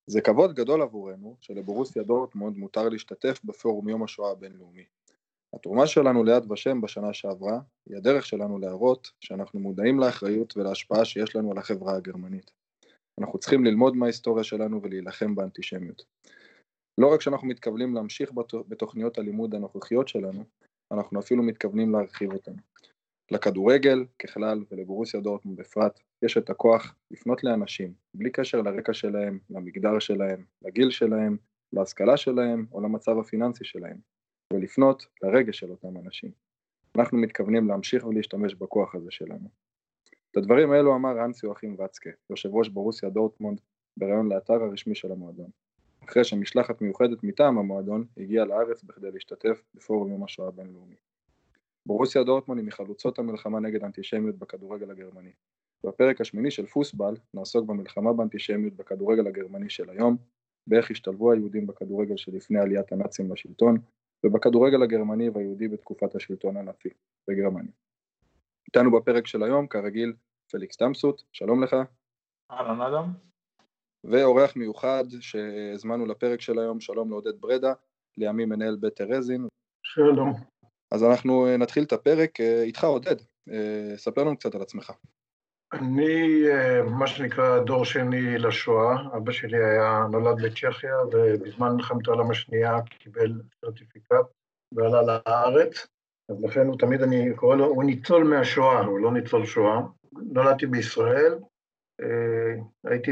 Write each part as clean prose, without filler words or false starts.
זה כבוד גדול עבורנו שלבורוסיה דורטמונד מותר להשתתף בפורום יום השואה הבינלאומי. התרומה שלנו ליד ושם בשנה שעברה היא הדרך שלנו להראות שאנחנו מודעים לאחריות ולהשפעה שיש לנו על החברה הגרמנית. אנחנו צריכים ללמוד מההיסטוריה שלנו ולהילחם באנטישמיות. לא רק שאנחנו מתכוונים להמשיך בתוכניות הלימוד הנוכחיות שלנו, אנחנו אפילו מתכוונים להרחיב אותן. לכדורגל ככלל ולבורוסיה דורטמונד בפרט יש את הכוח לפנות לאנשים בלי קשר לרקע שלהם, למגדר שלהם, לגיל שלהם, להשכלה שלהם או למצב הפיננסי שלהם, ולפנות לרגש של אותם אנשים. אנחנו מתכוונים להמשיך ולהשתמש בכוח הזה שלנו. את הדברים האלו אמר הנס יואכים וצקה, יושב ראש בורוסיה דורטמונד, בראיון לאתר הרשמי של המועדון, אחרי שמשלחת מיוחדת מטעם המועדון הגיעה לארץ בכדי להשתתף בפורום יום השואה הבינלאומי. בורוסיה דורטמונד היא מחלוצות המלחמה נגד אנטישמיות בכדורגל הגרמני. בפרק השמיני של פוסבל נעסוק במלחמה באנטישמיות בכדורגל הגרמני של היום, באיך השתלבו היהודים בכדורגל שלפני עליית הנאצים לשלטון, ובכדורגל הגרמני והיהודי בתקופת השלטון הנאצי בגרמניה. איתנו בפרק של היום, כרגיל, פליקס טמסות, שלום לך. אהלן אדם. ואורח מיוחד שהזמנו לפרק של היום, שלום לעודד ברדה, לימים מנהל בית טרזין. שלום. אז אנחנו נתחיל את הפרק איתך עודד, ספר לנו קצת על עצמך. אני מה שנקרא דור שני לשואה, אבא שלי נולד בצ'כיה ובזמן מלחמת העולם השנייה קיבל סרטיפיקט ועלה לארץ, אז לכן הוא תמיד אני קורא לו, הוא ניצול מהשואה, הוא לא ניצול שואה. נולדתי בישראל, הייתי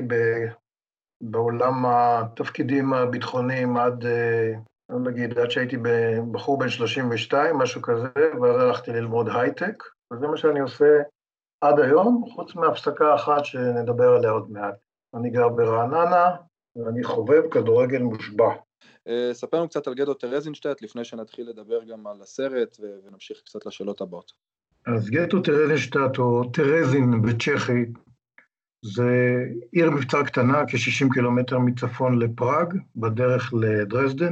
בעולם התפקידים הביטחוניים עד שהייתי בחור בן 32, משהו כזה, ואז הלכתי ללמוד הייטק, וזה מה שאני עושה עד היום, חוץ מהפסקה אחת שנדבר עליה עוד מעט. אני גר ברעננה, ואני חובב כדורגל מושבע. ספר לנו קצת על גטו טרזינשטט, לפני שנתחיל לדבר גם על הסרט, ונמשיך קצת לשאלות הבאות. אז גטו טרזינשטט, או טרזין בצ'כית, זה עיר מבצר קטנה, כ-60 קילומטר מצפון לפראג, בדרך לדרזדן.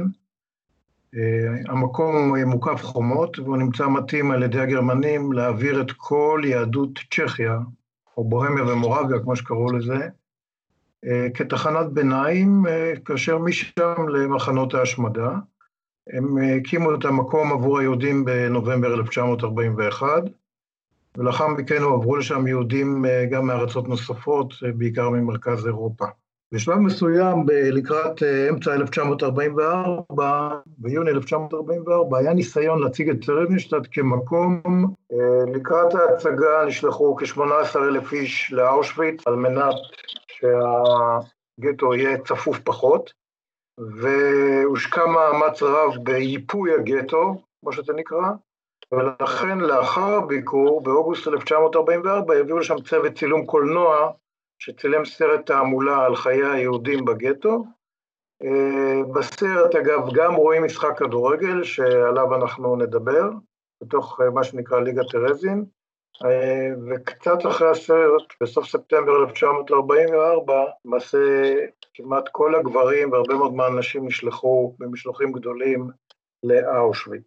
המקום מוקף חומות, והוא נמצא מתאים על ידי הגרמנים להעביר את כל יהדות צ'כיה, או בוהמיה ומורביה, כמו שקראו לזה, כתחנת ביניים, כאשר משם למחנות ההשמדה. הם הקימו את המקום עבור היהודים בנובמבר 1941, ולאחר מכן עברו לשם יהודים גם מארצות נוספות, בעיקר ממרכז אירופה. בשלב מסוים, לקראת אמצע 1944, ביוני 1944, היה ניסיון להציג את טרזינשטט כמקום. לקראת ההצגה נשלחו כ-18,000 איש לאושוויץ, על מנת שהגטו יהיה צפוף פחות, והושקע מאמץ רב ביפוי הגטו, כמו שזה נקרא, ולכן לאחר הביקור, באוגוסט 1944, הביאו לשם צוות צילום קולנוע, שצילם סרט תעמולה על חיי היהודים בגטו. בסרט, אגב, גם רואים משחק כדורגל, שעליו אנחנו נדבר, בתוך מה שנקרא ליגת טרזין, וקצת אחרי הסרט, בסוף ספטמבר 1944, למעשה כמעט כל הגברים והרבה מאוד מהאנשים נשלחו במשלוחים גדולים לאושוויץ.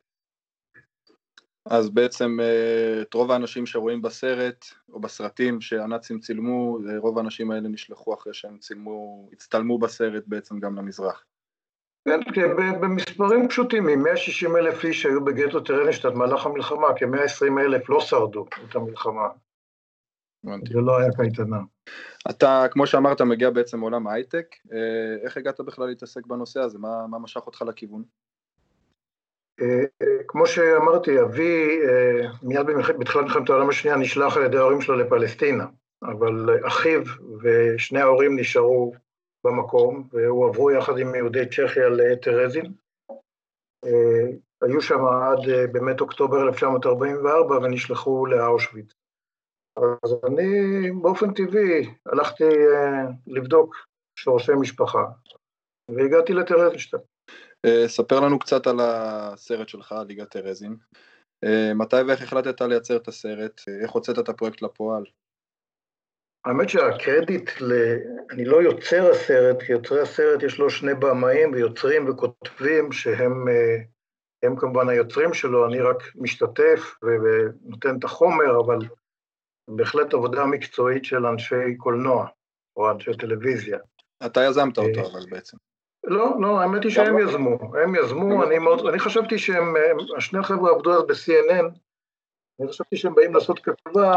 אז בעצם את רוב האנשים שרואים בסרט או בסרטים שהנאצים צילמו, רוב האנשים האלה נשלחו אחרי שהם הצטלמו בסרט בעצם גם למזרח. כן, במספרים פשוטים, מ-160,000 איש שהיו בגטו טרזינשטט במהלך המלחמה, כ-120,000 לא שרדו את המלחמה. זה לא היה קייטנה. אתה, כמו שאמרת, מגיע בעצם מעולם ההייטק. איך הגעת בכלל להתעסק בנושא הזה? מה משך אותך לכיוון? כמו שאמרתי, אבי מיד בתחילת מלחמת העולם השנייה נשלח על ידי ההורים שלו לפלסטינה, אבל אחיו ושני ההורים נשארו במקום, והועברו יחד עם יהודי צ'כיה לטרזין. היו שם עד באמת אוקטובר 1944 ונשלחו לאושוויץ. אז אני באופן טבעי הלכתי לבדוק שורשי משפחה, והגעתי לטרזינשטט. ספר לנו קצת על הסרט שלך, ליגת טרזין. מתי ואיך החלטת לייצר את הסרט? איך הוצאת את הפרויקט לפועל? האמת שהקרדיט, אני לא יוצר הסרט, כי יוצרי הסרט יש לו שני במאים ויוצרים וכותבים שהם כמובן היוצרים שלו, אני רק משתתף ונותן את החומר, אבל בהחלט עבודה מקצועית של אנשי קולנוע או אנשי טלוויזיה. אתה יזמת אותו אבל בעצם. לא, האמת היא שהם יזמו, אני חשבתי שהם, השני חבר'ה עבדו אז ב-CNN, אני חשבתי שהם באים לעשות כתבה,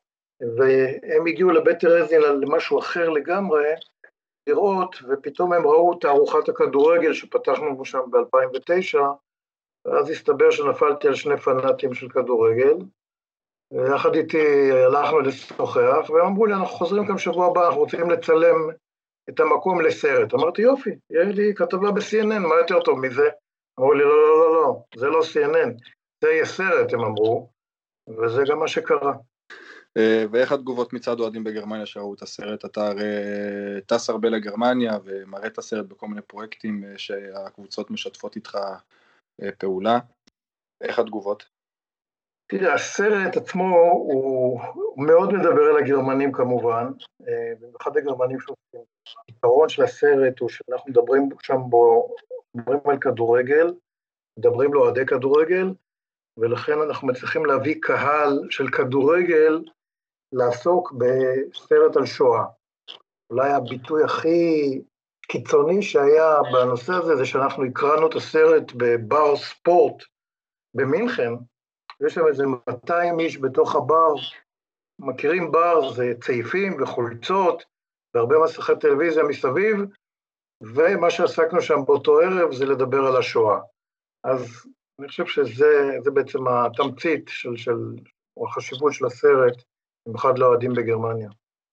והם הגיעו לבית טרזין על משהו אחר לגמרי, לראות, ופתאום הם ראו תערוכת הכדורגל שפתחנו שם ב-2009, ואז הסתבר שנפלתי על שני פנאטים של כדורגל, ויחד איתי הלכנו לשוחח, והם אמרו לי, אנחנו חוזרים כאן שבוע הבא, אנחנו רוצים לצלם את המקום לסרט. אמרתי, יופי, יהיה לי כתבה ב-CNN, מה יותר טוב מזה? אמרו לי, לא, זה לא CNN, זה יהיה סרט, הם אמרו, וזה גם מה שקרה. ואיך התגובות מצד אוהדים בגרמניה שראו את הסרט? אתה הרי טס הרבה לגרמניה ומראה את הסרט בכל מיני פרויקטים שהקבוצות משתפות איתך פעולה. איך התגובות? תראה, הסרט עצמו הוא מאוד מדבר על הגרמנים כמובן, במיוחד הגרמנים שעושים. הפתרון של הסרט הוא שאנחנו מדברים שם מדברים על כדורגל, מדברים לו אוהדי כדורגל, ולכן אנחנו מצליחים להביא קהל של כדורגל לעסוק בסרט על שואה. אולי הביטוי הכי קיצוני שהיה בנושא הזה, זה שאנחנו הקרנו את הסרט בבר ספורט במינכן, יש שם איזה 200 איש בתוך הבר, מכירים בר, זה צעיפים וחולצות, והרבה מסכי טלוויזיה מסביב, ומה שעסקנו שם באותו ערב זה לדבר על השואה. אז אני חושב שזה בעצם התמצית או החשיבות של הסרט, במיוחד לאוהדים בגרמניה.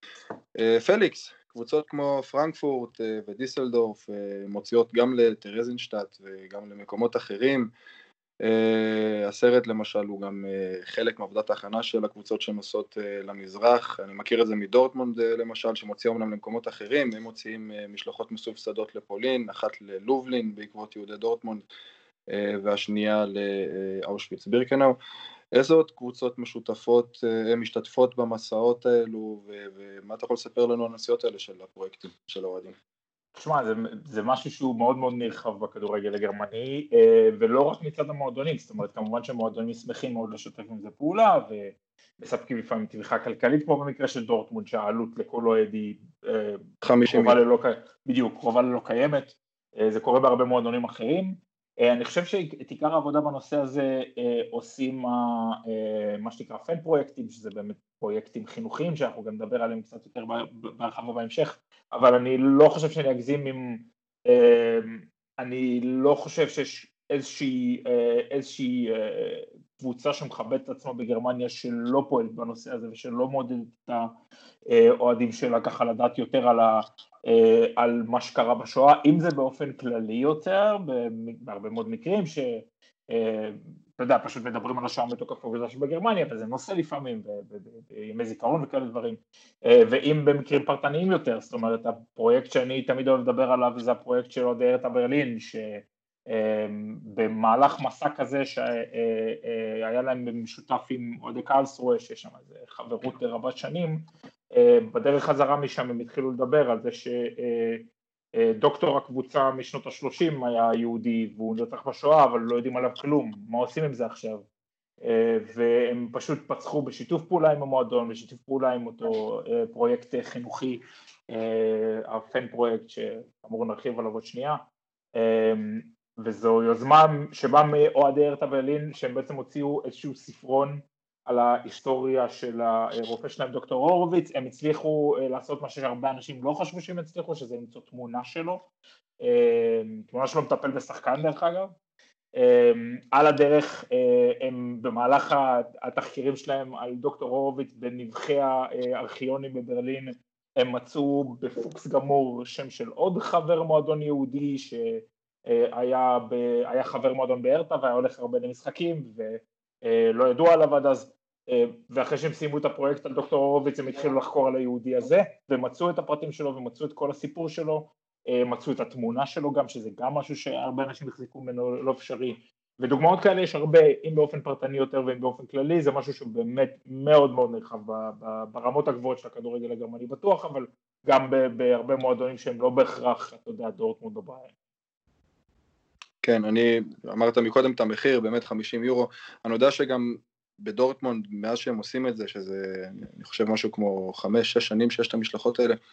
פליקס, קבוצות כמו פרנקפורט ודיסלדורף מוציאות גם לטרזינשטט וגם למקומות אחרים. הסרט למשל הוא גם חלק מעבודת ההכנה של הקבוצות שנוסעות למזרח. אני מכיר את זה מדורטמונד למשל, שמוציאים אומנם למקומות אחרים, הם מוציאים משלחות מסובסדות לפולין, אחת ללובלין בעקבות יהודי דורטמונד, והשנייה לאושוויץ בירקנאו. איזה עוד קבוצות משותפות משתתפות במסעות האלו, ומה אתה יכול לספר לנו על הנסיעות האלה של הפרויקטים של האוהדים? תשמע, זה משהו שהוא מאוד מאוד נרחב בכדורגל הגרמני, ולא רק מצד המועדונים, זאת אומרת, כמובן שהמועדונים שמחים מאוד לשתף עם זה פעולה, ומספקים לפעמים תמיכה כלכלית, כמו במקרה של דורטמונד, שהעלות לכל אוהד היא קרובה ללא קיימת, זה קורה בהרבה מועדונים אחרים. אני חושב שאת עיקר העבודה בנושא הזה עושים מה שנקרא פן פרויקטים, שזה באמת פרויקטים חינוכיים, שאנחנו גם נדבר עליהם קצת יותר בהרחבה בהמשך, אבל אני לא חושב שאני אגזים אני לא חושב שיש איזושהי קבוצה שמכבדת את עצמה בגרמניה שלא פועלת בנושא הזה ושלא מעודדת את האוהדים שלה ככה לדעת יותר על מה שקרה בשואה, אם זה באופן כללי יותר, בהרבה מאוד מקרים אתה יודע, פשוט מדברים על השואה מתוקף העובדה שבגרמניה, וזה נושא לפעמים, בימי זיכרון וכאלה דברים, ואם במקרים פרטניים יותר, זאת אומרת, הפרויקט שאני תמיד אוהב לדבר עליו, זה הפרויקט של אוהדי הרטה ברלין, שבמהלך מסע כזה שהיה להם במשותף עם אוהדי קרלסרואה, שיש שם איזו חברות רבת שנים, בדרך חזרה משם הם התחילו לדבר על זה דוקטור הקבוצה משנות ה-30 היה יהודי והוא נרצח בשואה, אבל לא יודעים עליו כלום, מה עושים עם זה עכשיו? והם פשוט פצחו בשיתוף פעולה עם המועדון, בשיתוף פעולה עם אותו פרויקט חינוכי, הפן פרויקט שאמור נרחיב עליו עוד שנייה, וזו יוזמה שבאה מאוהדי הרטה ברלין, שהם בעצם הוציאו איזשהו ספרון על ההיסטוריה של הרופא שלהם דוקטור הורוביץ. הם הצליחו לעשות מה שהרבה אנשים לא חשבו שהם הצליחו, שזה למצוא תמונה שלו, תמונה שלו מטפל בשחקן דרך אגב. על הדרך הם במהלך התחקירים שלהם על דוקטור הורוביץ בנבחי הארכיונים בברלין, הם מצאו בפוקס גמור שם של עוד חבר מועדון יהודי שהיה חבר מועדון בהרטה והיה הולך הרבה למשחקים ולא ידוע עליו עד אז, ואחרי שהם סיימו את הפרויקט על דוקטור הורוביץ הם התחילו לחקור על היהודי הזה ומצאו את הפרטים שלו ומצאו את כל הסיפור שלו, מצאו את התמונה שלו גם, שזה גם משהו שהרבה אנשים החזיקו ממנו לא אפשרי, ודוגמאות כאלה יש הרבה, אם באופן פרטני יותר ואם באופן כללי, זה משהו שהוא באמת מאוד מאוד נרחב ברמות הגבוהות של הכדורגל הגרמני בטוח, אבל גם בהרבה מועדונים שהם לא בהכרח, אתה יודע, דורטמונד או ביירן. כן, אני אמרת מקודם את המחיר, באמת 50 יורו, אני יודע שגם בדורטמונד, מאז שהם עושים את זה, שזה אני חושב משהו כמו 5-6 שנים שיש את המשלחות האלה,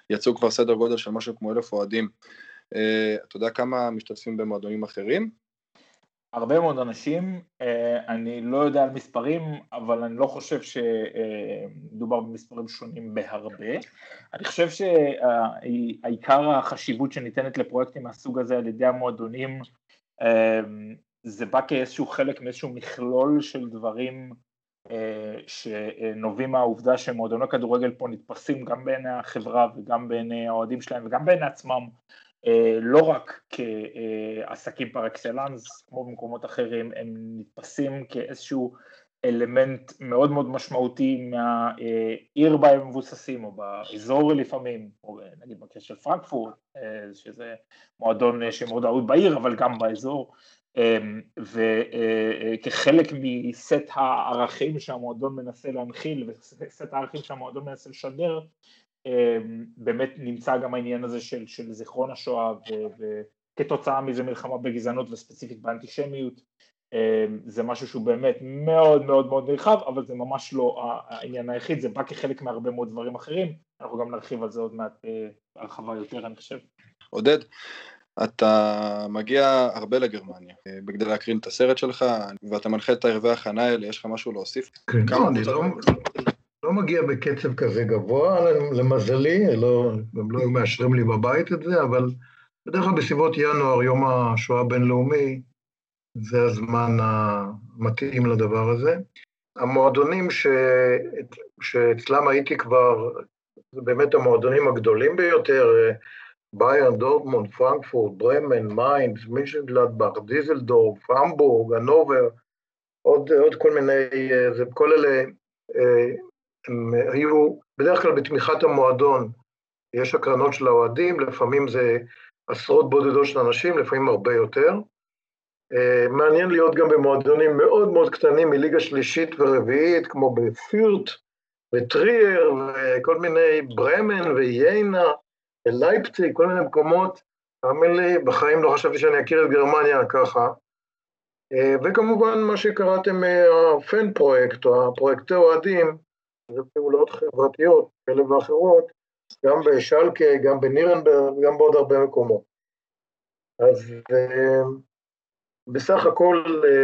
יצאו כבר סדר גודל של משהו כמו 1,000 אוהדים. אתה יודע כמה משתתפים במועדונים אחרים? הרבה מאוד אנשים, אני לא יודע על מספרים, אבל אני לא חושב שדובר במספרים שונים בהרבה. אני חושב שהעיקר החשיבות שניתנת לפרויקטים מהסוג הזה על ידי המועדונים, זה בא כאיזשהו חלק מאיזשהו מכלול של דברים שנובעים מהעובדה שמועדוני כדורגל פה נתפסים גם בעיני החברה וגם בעיני האוהדים שלהם וגם בעיני עצמם, לא רק כעסקים פר אקסלנס, כמו במקומות אחרים, הם נתפסים כאיזשהו אלמנט מאוד מאוד משמעותי מהעיר בה הם מבוססים, או באזור לפעמים, או נגיד בקשר של פרנקפורט, שזה מועדון שמאוד אהוד בעיר, אבל גם באזור, וכחלק מסט הערכים שהמועדון מנסה להנחיל, וסט הערכים שהמועדון מנסה לשדר, באמת נמצא גם העניין הזה של זיכרון השואה, וכתוצאה מזה מלחמה בגזענות וספציפית באנטישמיות, זה משהו שהוא באמת מאוד מאוד מאוד נרחב, אבל זה ממש לא העניין היחיד, זה בא כחלק מהרבה מאוד דברים אחרים, אנחנו גם נרחיב על זה עוד מעט הרחבה יותר, אני חושב. עודד, אתה מגיע הרבה לגרמניה, בכדי להקרין את הסרט שלך, ואתה מנחה את הערבי ההכנה האלה, יש לך משהו להוסיף? כן, אני לא מגיע בקצב כזה גבוה, למזלי, גם לא מאשרים לי בבית את זה, אבל בדרך כלל בסביבות ינואר, יום השואה הבינלאומי, זה הזמן המתאים לדבר הזה. המועדונים שאצלם הייתי כבר, זה באמת המועדונים הגדולים ביותר, ביירן, דורטמונד, פרנקפורט, ברמן, מיינדס, מישנגלדבך, דיזלדורף, המבורג, הנובר, עוד כל מיני, כל אלה, הם היו בדרך כלל בתמיכת המועדון, יש הקרנות של האוהדים, לפעמים זה עשרות בודדות של אנשים, לפעמים הרבה יותר. מעניין להיות גם במועדונים מאוד מאוד קטנים מליגה שלישית ורביעית, כמו בפירט וטרייר וכל מיני ברמן ויינה ולייפציג, כל מיני מקומות. תאמין לי, בחיים לא חשבתי שאני אכיר את גרמניה ככה. וכמובן מה שקראתם הפן פרויקט, או הפרויקטי אוהדים, זה פעולות חברתיות כאלה ואחרות, גם בשלקה, גם בנירנברג, גם בעוד הרבה מקומות. אז בסך הכל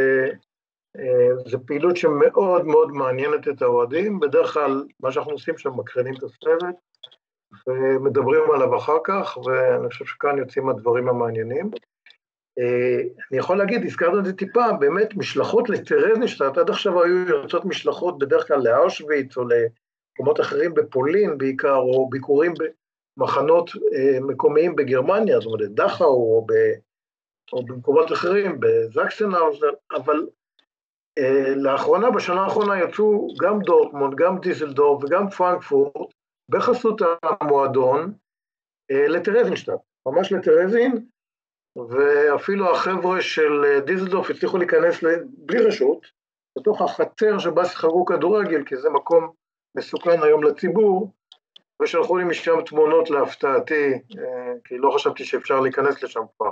זו פעילות שמאוד מאוד מעניינת את האוהדים, בדרך כלל מה שאנחנו עושים שם מקרינים את הסרט, ומדברים עליו אחר כך, ואני חושב שכאן יוצאים הדברים המעניינים. אני יכול להגיד, הזכרנו את זה טיפה, באמת משלחות לטרזינשטט, עד עכשיו היו יוצאות משלחות בדרך כלל לאושוויץ, או למקומות אחרים בפולין בעיקר, או ביקורים במחנות מקומיים בגרמניה, זאת אומרת, דכאו, או במקומות אחרים, בזקסנהאוז, אבל לאחרונה, בשנה האחרונה יצאו גם דורטמונד, גם דיזלדורף וגם פרנקפורט, בחסות המועדון, לטרזינשטט, ממש לטרזין, ואפילו החבר'ה של דיזלדורף הצליחו להיכנס בלי רשות, בתוך החצר שבה שחקו כדורגל, כי זה מקום מסוכן היום לציבור, ושלחו לי משם תמונות להפתעתי, כי לא חשבתי שאפשר להיכנס לשם כבר.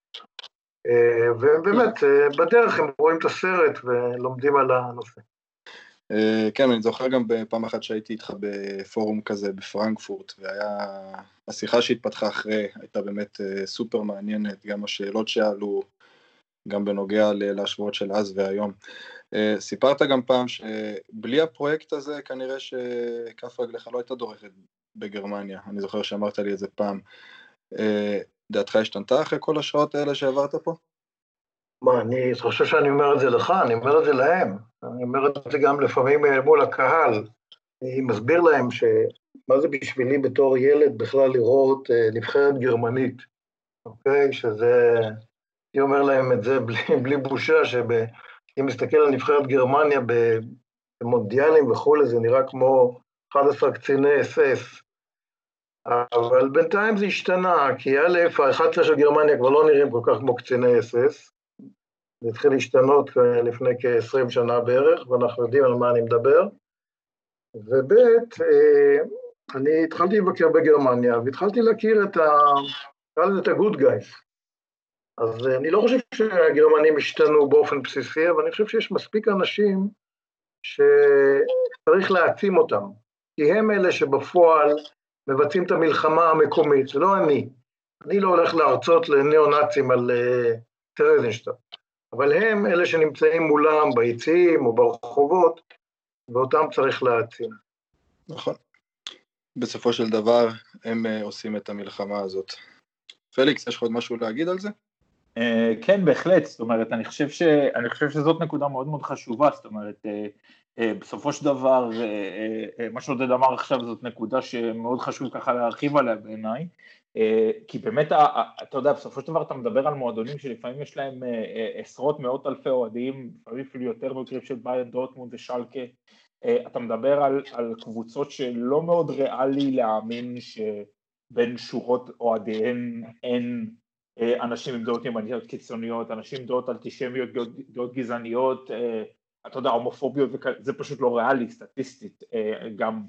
ובאמת, בדרך הם רואים את הסרט ולומדים על הנושא. כן, אני זוכר גם בפעם אחת שהייתי איתך בפורום כזה בפרנקפורט, והשיחה שהתפתחה אחרי הייתה באמת סופר מעניינת, גם השאלות שעלו, גם בנוגע להשוואות של אז והיום. סיפרת גם פעם שבלי הפרויקט הזה כנראה שכף רגלך לא הייתה דורכת בגרמניה, אני זוכר שאמרת לי את זה פעם. דעתך השתנתה אחרי כל השעות האלה שעברת פה? מה, אני חושב שאני אומר את זה לך, אני אומר את זה להם, אני אומר את זה גם לפעמים מול הקהל, אני מסביר להם מה זה בשבילי בתור ילד בכלל לראות נבחרת גרמנית, אוקיי? שזה, אני אומר להם את זה בלי בושה, שאם מסתכל על נבחרת גרמניה במונדיאלים וכו', זה נראה כמו 11 קציני אס-אס, אבל בינתיים זה השתנה, כי א', ה-11 של גרמניה כבר לא נראים כל כך כמו קציני אס-אס, זה התחיל להשתנות לפני כ-20 שנה בערך, ואנחנו יודעים על מה אני מדבר, וב' אני התחלתי לבקר בגרמניה, והתחלתי להכיר את ה-good guys, אז אני לא חושב שהגרמנים השתנו באופן בסיסי, אבל אני חושב שיש מספיק אנשים שצריך להעצים אותם, כי הם אלה שבפועל מבצעים את המלחמה המקומית, זה לא אני. אני לא הולך להרצות לניאו-נאצים על טרזינשטט, אבל הם אלה שנמצאים מולם ביציעים או ברחובות, ואותם צריך להעצים. נכון. בסופו של דבר הם עושים את המלחמה הזאת. פליקס, יש לך עוד משהו להגיד על זה? כן, בהחלט, זאת אומרת, אני חושב שזאת נקודה מאוד מאוד חשובה, זאת אומרת, בסופו של דבר, מה שעודד אמר עכשיו זאת נקודה שמאוד חשוב ככה להרחיב עליה בעיניי, כי באמת, אתה יודע, בסופו של דבר אתה מדבר על מועדונים שלפעמים יש להם עשרות מאות אלפי אוהדים, לפעמים אפילו יותר במקרים של ביירן דורטמונד ושלקה, אתה מדבר על קבוצות שלא מאוד ריאלי להאמין שבין שורות אוהדיהן אין אנשים עם דעות ימניות קיצוניות, אנשים עם דעות אנטישמיות, דעות גזעניות, אתה יודע, הומופוביות, זה פשוט לא ריאלי, סטטיסטית. גם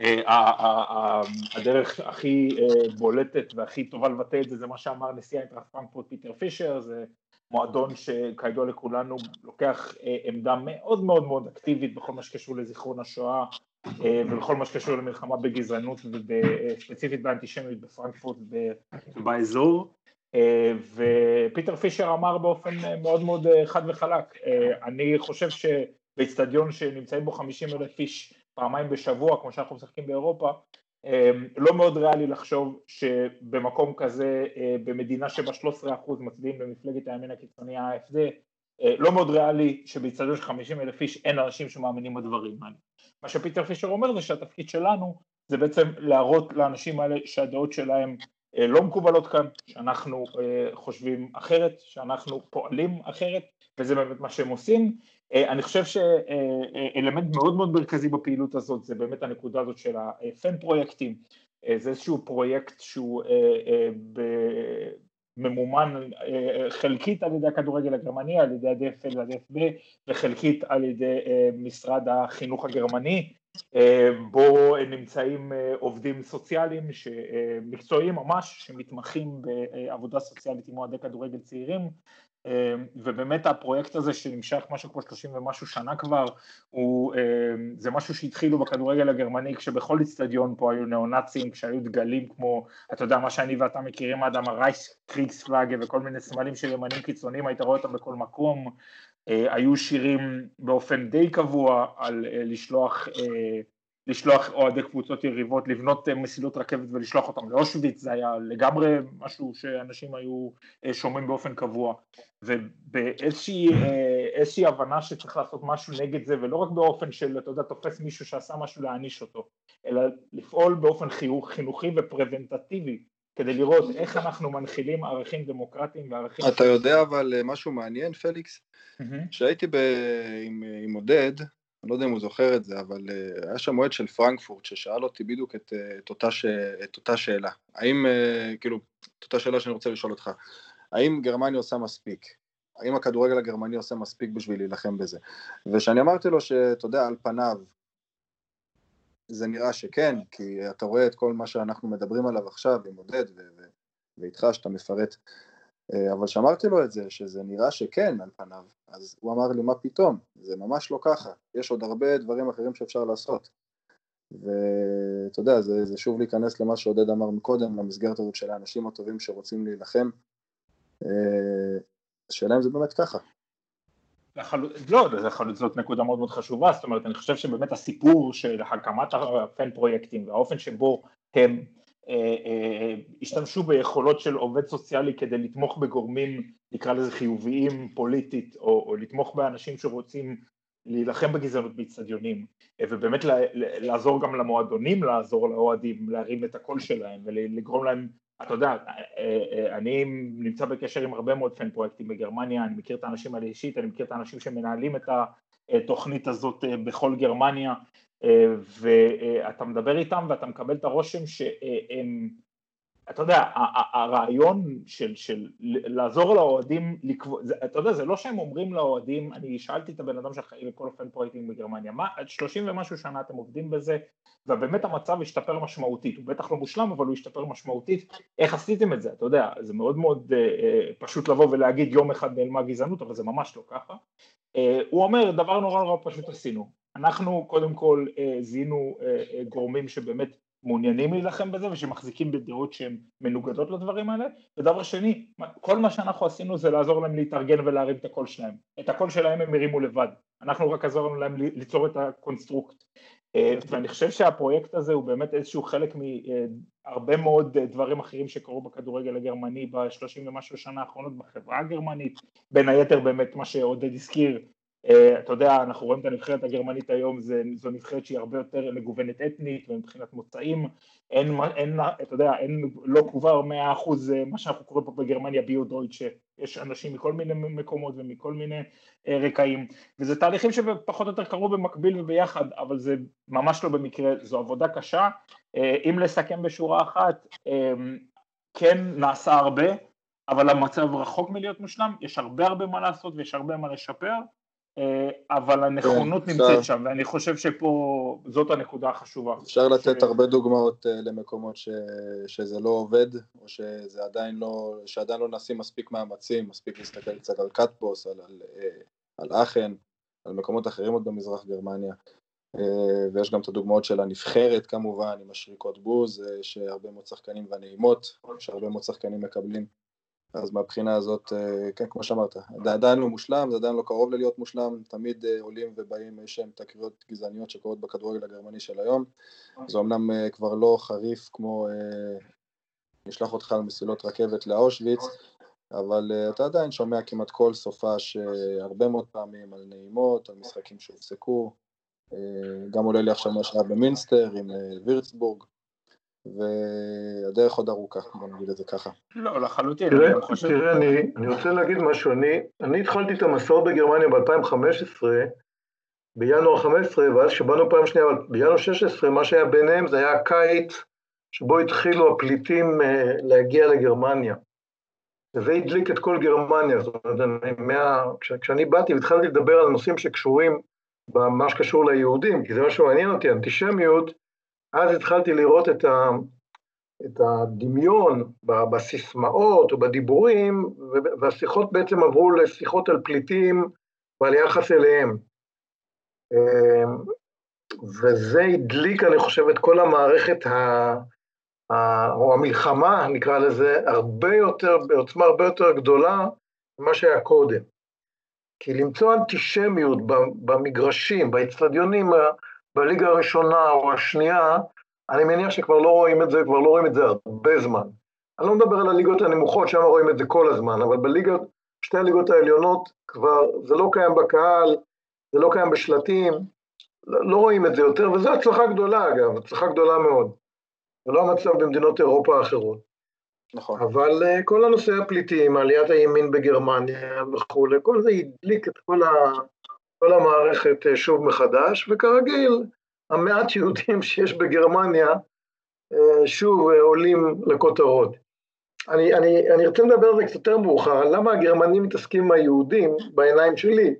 הדרך הכי בולטת והכי טובה לבטא את זה, זה מה שאמר נשיא איינטראכט פרנקפורט פיטר פישר, זה מועדון שכידוע לכולנו לוקח עמדה מאוד מאוד מאוד אקטיבית בכל מה שקשור לזיכרון השואה, ובכל מה שקשור למלחמה בגזענות וספציפית באנטישמיות בפרנקפורט ובאזור. ופיטר פישר אמר באופן מאוד מאוד חד וחלק, אני חושב שבאצטדיון שנמצאים בו 50,000 איש פעמיים בשבוע, כמו שאנחנו משחקים באירופה, לא מאוד ריאלי לחשוב שבמקום כזה, במדינה שבה 13% מצביעים במפלגת הימין הקיצוני ה-AfD, לא מאוד ריאלי שבאצטדיון של 50,000 איש אין אנשים שמאמינים בדברים האלה. מה שפיטר פישר אומר זה שהתפקיד שלנו זה בעצם להראות לאנשים האלה שהדעות שלהם לא מקובלות כאן, שאנחנו חושבים אחרת, שאנחנו פועלים אחרת, וזה באמת מה שהם עושים. אני חושב שאלמנט מאוד מאוד מרכזי בפעילות הזאת, זה באמת הנקודה הזאת של הפן פרויקטים, זה איזשהו פרויקט שהוא ממומן חלקית על ידי הכדורגל הגרמני, על ידי ה-DFL וה-DFB, וחלקית על ידי משרד החינוך הגרמני, בו נמצאים עובדים סוציאליים מקצועיים ממש, שמתמחים בעבודה סוציאלית עם אוהדי כדורגל צעירים, ובאמת הפרויקט הזה שנמשך משהו כמו 30 ומשהו שנה כבר, זה משהו שהתחילו בכדורגל הגרמני, כשבכל אצטדיון פה היו ניאו-נאצים, כשהיו דגלים כמו, אתה יודע, מה שאני ואתה מכירים האדם, הרייכסקריגספלאגה וכל מיני סמלים של ימנים קיצוניים, היית רואה אותם בכל מקום, היו שירים באופן די קבוע על לשלוח אוהדי קבוצות יריבות, לבנות מסילות רכבת ולשלוח אותם לאושוויץ, זה היה לגמרי משהו שאנשים היו שומעים באופן קבוע, ובאיזושהי הבנה שצריך לעשות משהו נגד זה, ולא רק באופן של, אתה יודע, תופס מישהו שעשה משהו להעניש אותו, אלא לפעול באופן חינוכי ופרזנטטיבי, כדי לראות איך אנחנו מנחילים ערכים דמוקרטיים וערכים... אתה יודע אבל משהו מעניין, פליקס? שהייתי עם עודד, אני לא יודע אם הוא זוכר את זה, אבל היה שם מועד של פרנקפורט, ששאל אותי בדיוק את אותה שאלה. האם, כאילו, את אותה שאלה שאני רוצה לשאול אותך, האם גרמניה עושה מספיק? האם הכדורגל הגרמני עושה מספיק בשביל להילחם בזה? ושאני אמרתי לו שאתה יודע, על פניו, זה נראה שכן, כי אתה רואה את כל מה שאנחנו מדברים עליו עכשיו, עם עודד ואיתך שאתה מפרט, אבל שאמרתי לו את זה, שזה נראה שכן על פניו, אז הוא אמר לי, מה פתאום? זה ממש לא ככה, יש עוד הרבה דברים אחרים שאפשר לעשות, ואתה יודע, זה שוב להיכנס למה שעודד אמר מקודם, למסגרת הזאת של האנשים הטובים שרוצים להילחם, השאלה אם זה באמת ככה. לא, זאת נקודה מאוד מאוד חשובה, זאת אומרת, אני חושב שבאמת הסיפור של הקמת הפן פרויקטים, והאופן שבו הם השתמשו ביכולות של עובד סוציאלי כדי לתמוך בגורמים, נקרא לזה חיוביים פוליטית, או לתמוך באנשים שרוצים להילחם בגזענות באצטדיונים, ובאמת לעזור גם למועדונים, לעזור לאוהדים, להרים את הקול שלהם, ולגרום להם, אתה יודע, אני נמצא בקשר עם הרבה מאוד פן פרויקטים בגרמניה, אני מכיר את האנשים האלה אישית, אני מכיר את האנשים שמנהלים את התוכנית הזאת בכל גרמניה, ואתה מדבר איתם ואתה מקבל את הרושם שהם, אתה יודע, הרעיון של לעזור לאוהדים, אתה יודע, זה לא שהם אומרים לאוהדים, אני שאלתי את הבן אדם שאחראי לכל הפן פרויקטים בגרמניה, 30 ומשהו שנה אתם עובדים בזה, ובאמת המצב השתפר משמעותית, הוא בטח לא מושלם, אבל הוא השתפר משמעותית, איך עשיתם את זה? אתה יודע, זה מאוד מאוד פשוט לבוא ולהגיד יום אחד נעלמה גזענות, אבל זה ממש לא ככה. הוא אומר, דבר נורא נורא פשוט עשינו, אנחנו קודם כל זיהינו גורמים שבאמת מעוניינים להילחם בזה ושמחזיקים בדעות שהן מנוגדות לדברים האלה. ודבר שני, כל מה שאנחנו עשינו זה לעזור להם להתארגן ולהרים את הקול שלהם. את הקול שלהם הם הרימו לבד, אנחנו רק עזרנו להם ליצור את הקונסטרוקט. ואני חושב שהפרויקט הזה הוא באמת איזשהו חלק מהרבה מאוד דברים אחרים שקרו בכדורגל הגרמני ב-30 ומשהו שנה האחרונות בחברה הגרמנית, בין היתר באמת מה שעודד הזכיר, אתה יודע, אנחנו רואים את הנבחרת הגרמנית היום, זו נבחרת שהיא הרבה יותר מגוונת אתנית ומבחינת מוצאים, אתה יודע, לא כבר 100% מה שאנחנו קוראים פה בגרמניה ביו-דויטש, יש אנשים מכל מיני מקומות ומכל מיני רקעים, וזה תהליכים שפחות או יותר קרו במקביל וביחד, אבל זה ממש לא במקרה, זו עבודה קשה. אם לסכם בשורה אחת, כן נעשה הרבה, אבל המצב רחוק מלהיות מושלם, יש הרבה מה לעשות ויש הרבה מה לשפר, אבל הנכונות נמצאת שם, ואני חושב שפה זאת הנקודה החשובה. אפשר לתת הרבה דוגמאות למקומות שזה לא עובד, או שזה שעדיין לא נשים מספיק מאמצים, מספיק להסתכל קצת על קטבוס, על אחן, על מקומות אחרים עוד במזרח גרמניה, ויש גם את הדוגמאות של הנבחרת כמובן, עם השריקות בוז, שהרבה מאוד שחקנים והנעימות, שהרבה מאוד שחקנים מקבלים. אז מהבחינה הזאת, כן, כמו שאמרת, זה עדיין לא מושלם, זה עדיין לא קרוב ללהיות מושלם, תמיד עולים ובאים איזשהם תקריות גזעניות שקורות בכדורגל הגרמני של היום, זה אומנם כבר לא חריף כמו נשלח אותך על מסילות רכבת לאושוויץ, אבל אתה עדיין שומע כמעט כל סופש הרבה מאוד פעמים על נעימות, על משחקים שהופסקו, גם עולה לי עכשיו מה שהיה במינסטר עם וירצבורג, והדרך עוד ארוכה, בוא נגיד את זה ככה. לא, לחלוטין. תראה, אני רוצה להגיד משהו, אני התחלתי את המסעות בגרמניה ב-2015, בינואר 15, ואז שבאנו פעם שנייה, אבל בינואר 16, מה שהיה ביניהם זה היה הקיץ, שבו התחילו הפליטים להגיע לגרמניה. וזה הדליק את כל גרמניה, זאת אומרת, כשאני באתי והתחלתי לדבר על נושאים שקשורים במה שקשור ליהודים, כי זה משהו מעניין אותי, אנטישמיות, אז התחלתי לראות את הדמיון בסיסמאות או בדיבורים, והשיחות בעצם עברו לשיחות על פליטים ועל יחס אליהם. וזה הדליק, אני חושב, את כל המערכת או המלחמה, נקרא לזה, בעוצמה הרבה יותר גדולה ממה שהיה קודם. כי למצוא אנטישמיות במגרשים, באצטדיונים, בליגה הראשונה או השנייה, אני מניח שכבר לא רואים את זה, הרבה זמן. אני לא מדבר על הליגות הנמוכות, שם רואים את זה כל הזמן, אבל שתי הליגות העליונות כבר, זה לא קיים בקהל, זה לא קיים בשלטים, לא רואים את זה יותר, וזו הצלחה גדולה אגב, הצלחה גדולה מאוד. זה לא המצב במדינות אירופה האחרות. נכון. אבל כל הנושא הפליטים, עליית הימין בגרמניה וכו', כל זה הדליק את כל המערכת שוב מחדש, וכרגיל, המעט יהודים שיש בגרמניה שוב עולים לכותרות. אני רוצה לדבר על זה קצת יותר מאוחר, למה הגרמנים מתעסקים עם היהודים בעיניים שלי?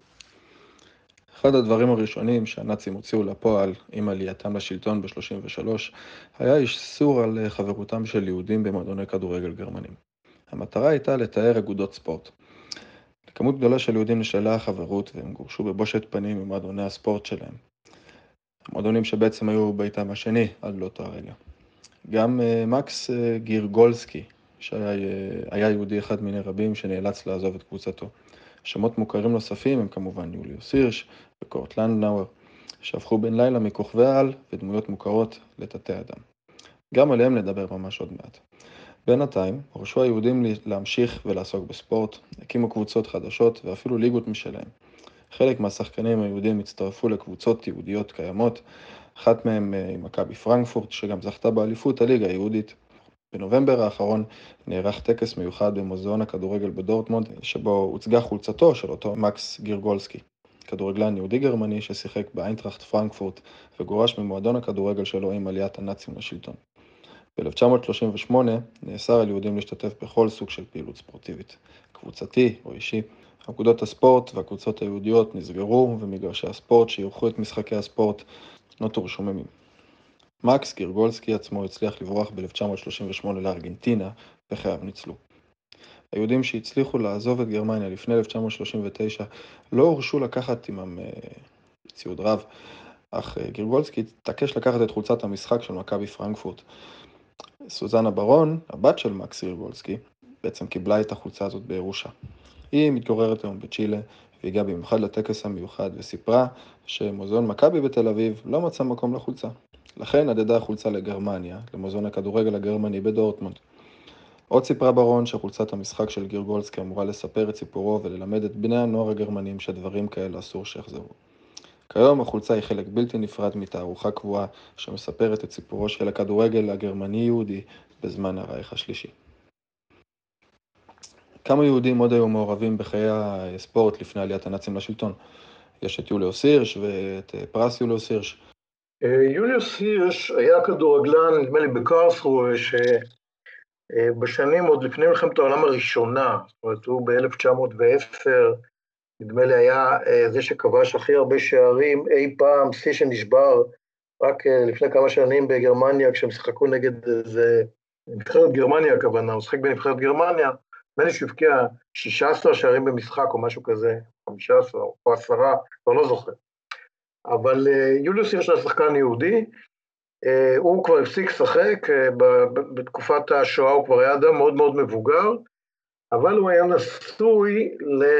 אחד הדברים הראשונים שהנאצים הוציאו לפועל עם עלייתם לשלטון ב-33 היה איסור על חברותם של יהודים במועדוני כדורגל גרמנים. המטרה הייתה לתאר אגודות ספורט. לכמות גדולה של יהודים נשללה החברות והם גורשו בבושת פנים ממועדוני הספורט שלהם. המועדונים שבעצם היו ביתם השני עד לאותו הרגע. גם מקס גירגולסקי, שהיה יהודי אחד מיני רבים שנאלץ לעזוב את קבוצתו. שמות מוכרים נוספים הם כמובן יוליוס הירש וקורט לנדנאואר, שהפכו בן לילה מכוכבי העל ודמויות מוכרות לתתי אדם. גם עליהם נדבר ממש עוד מעט. בינתיים הורשו היהודים להמשיך ולעסוק בספורט, הקימו קבוצות חדשות ואפילו ליגות משלהם. חלק מהשחקנים היהודים הצטרפו לקבוצות יהודיות קיימות, אחת מהם עם מכבי פרנקפורט שגם זכתה באליפות הליגה היהודית. בנובמבר האחרון נערך טקס מיוחד במוזיאון הכדורגל בדורטמונד, שבו הוצגה חולצתו של אותו מקס גירגולסקי, כדורגלן יהודי גרמני ששיחק באיינטראכט פרנקפורט וגורש ממועדון הכדורגל שלו עם עליית הנאצים לשלטון. ב-1938 נאסר על יהודים להשתתף בכל סוג של פעילות ספורטיבית, קבוצתי או אישי. אגודות הספורט והקבוצות היהודיות נסגרו ומגרשי הספורט שאירחו את משחקי הספורט נותרו שוממים. מקס גירגולסקי עצמו הצליח לברוח ב-1938 לארגנטינה וחייו ניצלו. היהודים שהצליחו לעזוב את גרמניה לפני 1939 לא הורשו לקחת עמם ציוד רב, אך גירגולסקי התעקש לקחת את חולצת המשחק של מכבי פרנקפורט. סוזנה ברון, הבת של מקס גירגולסקי, בעצם קיבלה את החולצה הזאת בירושה. היא מתגוררת היום בצ'ילה, והגיעה במיוחד לטקס המיוחד וסיפרה שמוזיאון מכבי בתל אביב לא מצא מקום לחולצה. לכן עדדה החולצה לגרמניה, למוזיאון הכדורגל הגרמני בדורטמונד. עוד סיפרה ברון שחולצת המשחק של גירגולסקי אמורה לספר את סיפורו וללמד את בני הנוער הגרמנים שדברים כאלה אסור שיחזרו. כיום החולצה היא חלק בלתי נפרד מתערוכה קבועה שמספרת את סיפורו של הכדורגל הגרמני-יהודי בזמן הרייך השלישי. כמה יהודים עוד היו מעורבים בחיי הספורט לפני עליית הנאצים לשלטון? יש את יוליוס הירש ואת פרס יוליוס הירש. יוליוס הירש היה כדורגלן, נדמה לי בקרלסרוה, שבשנים עוד לפני מלחמת העולם הראשונה, זאת אומרת הוא ב-1910, נדמה לי היה זה שכבש הכי הרבה שערים אי פעם, שיא שנשבר רק לפני כמה שנים בגרמניה, כשהם שיחקו נגד איזה נבחרת גרמניה הכוונה, הוא שחק בנבחרת גרמניה, נדמה לי שהבקיע 16 שערים במשחק או משהו כזה, 15 או 10, כבר לא זוכר. אבל יוליוס הירש היה שחקן יהודי, הוא כבר הפסיק לשחק, בתקופת השואה הוא כבר היה אדם מאוד מאוד מבוגר, אבל הוא היה נשוי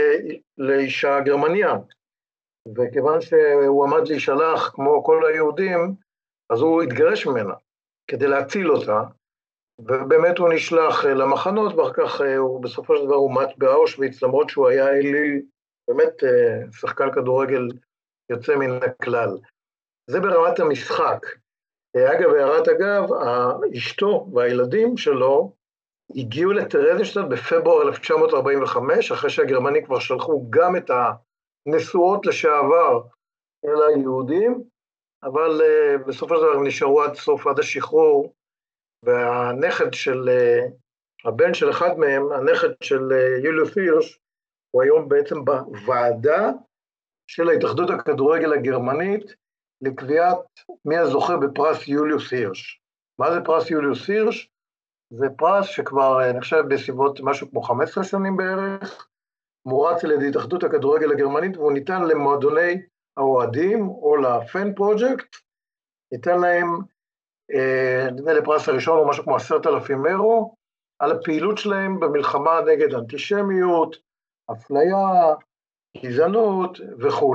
לאישה גרמניה, וכיוון שהוא עמד להישלח כמו כל היהודים, אז הוא התגרש ממנה כדי להציל אותה, ובאמת הוא נשלח למחנות, ואחר כך הוא בסופו של דבר הוא מת באושוויץ, למרות שהוא היה אליל, באמת שחקן כדורגל יוצא מן הכלל. זה ברמת המשחק. אגב, הערת אגב, אשתו והילדים שלו הגיעו לטרזינשטט בפברואר 1945, אחרי שהגרמנים כבר שלחו גם את הנשואות לשעבר אל היהודים, אבל בסופו של דבר הם נשארו עד סוף, עד השחרור, והנכד של, הבן של אחד מהם, הנכד של יוליוס הירש, הוא היום בעצם בוועדה של ההתאחדות הכדורגל הגרמנית, לקביעת מי הזוכה בפרס יוליוס הירש. מה זה פרס יוליוס הירש? זה פרס שכבר נחשב בסביבות משהו כמו 15 שנים בערך, מורץ על ידי התאחדות הכדורגל הגרמנית, והוא ניתן למועדוני האוהדים או לפן פרוג'קט, ניתן להם, נדמה לפרס הראשון הוא משהו כמו 10,000 אירו, על הפעילות שלהם במלחמה נגד אנטישמיות, אפליה, גזענות וכו'.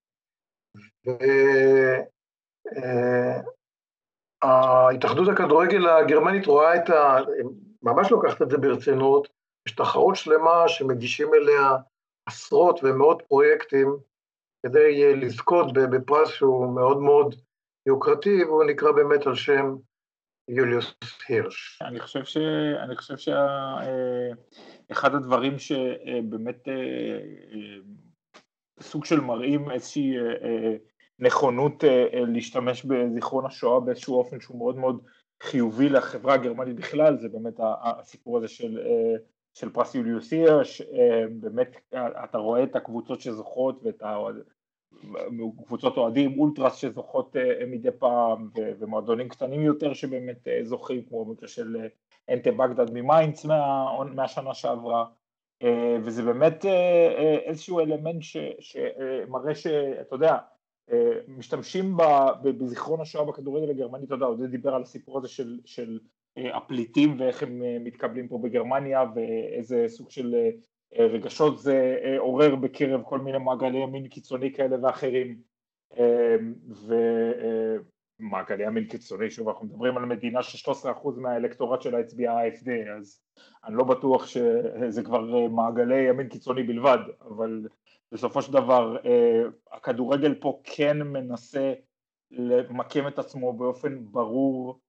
ההתאחדות הכדורגל הגרמנית רואה ממש לוקחת את זה ברצינות, יש תחרות שלמה שמגישים אליה עשרות ומאות פרויקטים, כדי לזכות בפרס שהוא מאוד מאוד יוקרתי, והוא נקרא באמת על שם יוליוס הירש. אני חושב שאחד הדברים שבאמת סוג של מראים איזושהי נכונות להשתמש בזיכרון השואה באיזשהו אופן שהוא מאוד מאוד חיובי לחברה הגרמנית בכלל, זה באמת הסיפור הזה של פרס יוליוס הירש, באמת אתה רואה את הקבוצות שזוכות ואת קבוצות אוהדים, אולטרס שזוכות מדי פעם, ומועדונים קטנים יותר שבאמת זוכים, כמו במקרה של אנטה בגדד ממיינץ מהשנה שעברה, וזה באמת איזשהו אלמנט שמראה שאתה יודע, משתמשים בזיכרון השואה בכדורגל הגרמני, אתה יודע, עוד דיבר על הסיפור הזה של הפליטים ואיך הם מתקבלים פה בגרמניה, ואיזה סוג של רגשות זה עורר בקרב כל מיני מעגלי ימין קיצוני כאלה ואחרים, ומעגלי ימין קיצוני, שוב אנחנו מדברים על מדינה ש13% מהאלקטורט שלה הצביעה AfD, אז אני לא בטוח שזה כבר מעגלי ימין קיצוני בלבד, אבל בסופו של דבר הכדורגל פה כן מנסה למקם את עצמו באופן ברור,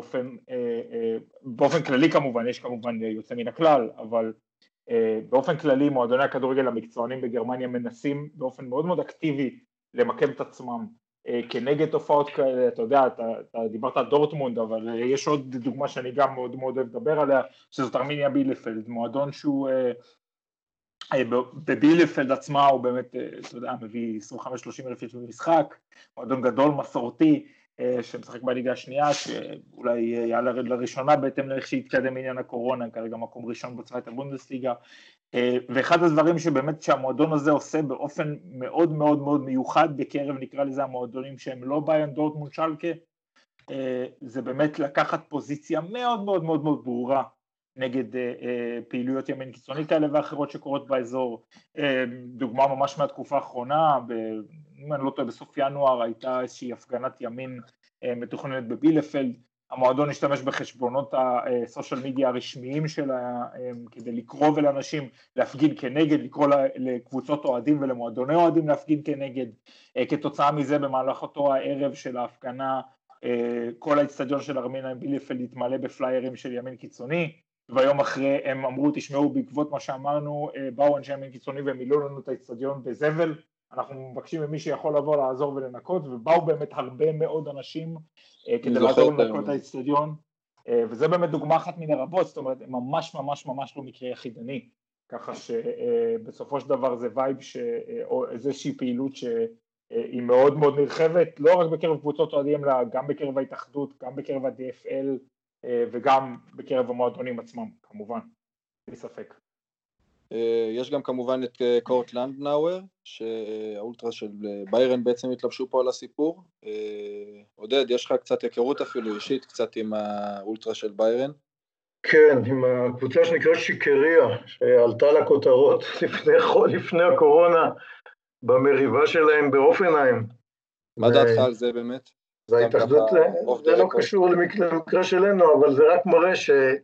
באופן כללי כמובן, יש כמובן יוצא מן הכלל, אבל באופן כללי מועדוני הכדורגל המקצוענים בגרמניה מנסים באופן מאוד מאוד אקטיבי למקם את עצמם כנגד תופעות כאלה. אתה יודע, אתה דיברת על דורטמונד, אבל יש עוד דוגמה שאני גם מאוד מאוד אוהב לדבר עליה, שזאת ארמיניה בילפלד, מועדון שהוא בבילפלד עצמה הוא באמת, אתה יודע, מביא 25-30 אלף איש במשחק, מועדון גדול מסורתי, שמשחק בליגה השנייה, שאולי יעלה לראשונה בהתאם לאיך שהתקדם עניין הקורונה, כרגע מקום ראשון בצווייטה בונדסליגה, ואחד הדברים שבאמת שהמועדון הזה עושה באופן מאוד מאוד מאוד מיוחד בקרב, נקרא לזה המועדונים שהם לא ביירן, דורטמונד, שלקה, זה באמת לקחת פוזיציה מאוד מאוד מאוד מאוד ברורה נגד פעילויות ימין קיצוני כאלה ואחרות שקורות באזור. דוגמה ממש מהתקופה האחרונה, אם אני לא טועה בסוף ינואר הייתה איזושהי הפגנת ימין מתוכננת בבילפלד, המועדון השתמש בחשבונות הסושיאל מדיה הרשמיים שלה כדי לקרוא לאנשים להפגין כנגד, לקרוא לקבוצות אוהדים ולמועדוני אוהדים להפגין כנגד. כתוצאה מזה במהלך אותו הערב של ההפגנה כל האצטדיון של ארמינה בילפלד התמלא בפליירים של ימין קיצוני, והיום אחרי הם אמרו תשמעו בעקבות מה שאמרנו באו אנשי ימין קיצוני ומילאו לנו את האצטדיון בזבל, אנחנו מבקשים ממי שיכול לבוא לעזור ולנקות, ובאו באמת הרבה מאוד אנשים כדי לעזור לנקות את האצטדיון, וזה באמת דוגמה אחת מן הרבות, זאת אומרת ממש ממש ממש לא מקרה יחידני, ככה שבסופו של דבר זה וייב או איזושהי פעילות שהיא מאוד מאוד נרחבת, לא רק בקרב קבוצות אוהדים, אלא גם בקרב ההתאחדות, גם בקרב ה-DFL וגם בקרב המועדונים עצמם, כמובן, בלי ספק. יש גם כמובן את קורט לנדנאואר, שהאולטרה של ביירן בעצם התלבשו פה על הסיפור. עודד, יש לך קצת היכרות אפילו אישית, קצת עם האולטרה של ביירן? כן, עם הקבוצה שנקראת שיקריה, שעלתה לכותרות לפני הקורונה, במריבה שלהם באופנהיים. מה דעתך על זה באמת? וההתאחדות, זה לא קשור למקרה שלנו, אבל זה רק מראה שהם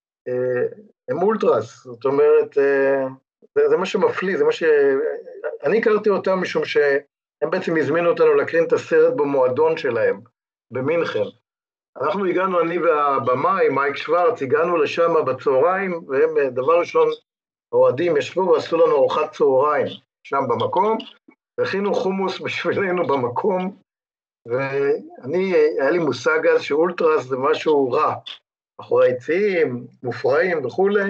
אולטרס, זאת אומרת, זה מה שמפליא, זה מה אני הכרתי אותם משום שהם בעצם הזמינו אותנו להקרין את הסרט במועדון שלהם, במינכן. אנחנו הגענו, אני והבמאי, מייק שוורץ, הגענו לשם בצהריים, והם דבר ראשון, האוהדים ישבו ועשו לנו ארוחת צהריים שם במקום, והכינו חומוס בשבילנו במקום, היה לי מושג אז שאולטרס זה משהו רע, אחורי יציאים, מופרעים וכולי.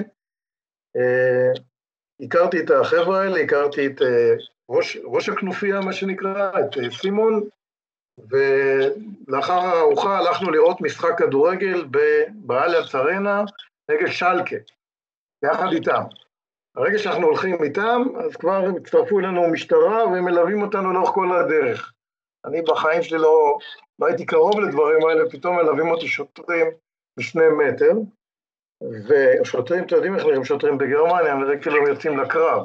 הכרתי את החבר'ה האלה, הכרתי את ראש הכנופיה, מה שנקרא, את סימון, ולאחר הארוחה הלכנו לראות משחק כדורגל באליאנס ארנה נגד שלקה, יחד איתם. הרגע שאנחנו הולכים איתם, אז כבר הצטרפו אלינו משטרה, והם מלווים אותנו לאורך כל הדרך. אני בחיים שלי לא הייתי קרוב לדברים האלה, פתאום מלווים אותי שוטרים ב2 מטר, ושוטרים, אתם יודעים איך נראים שוטרים בגרמניה, הם נראה כאילו הם יוצאים לקרב.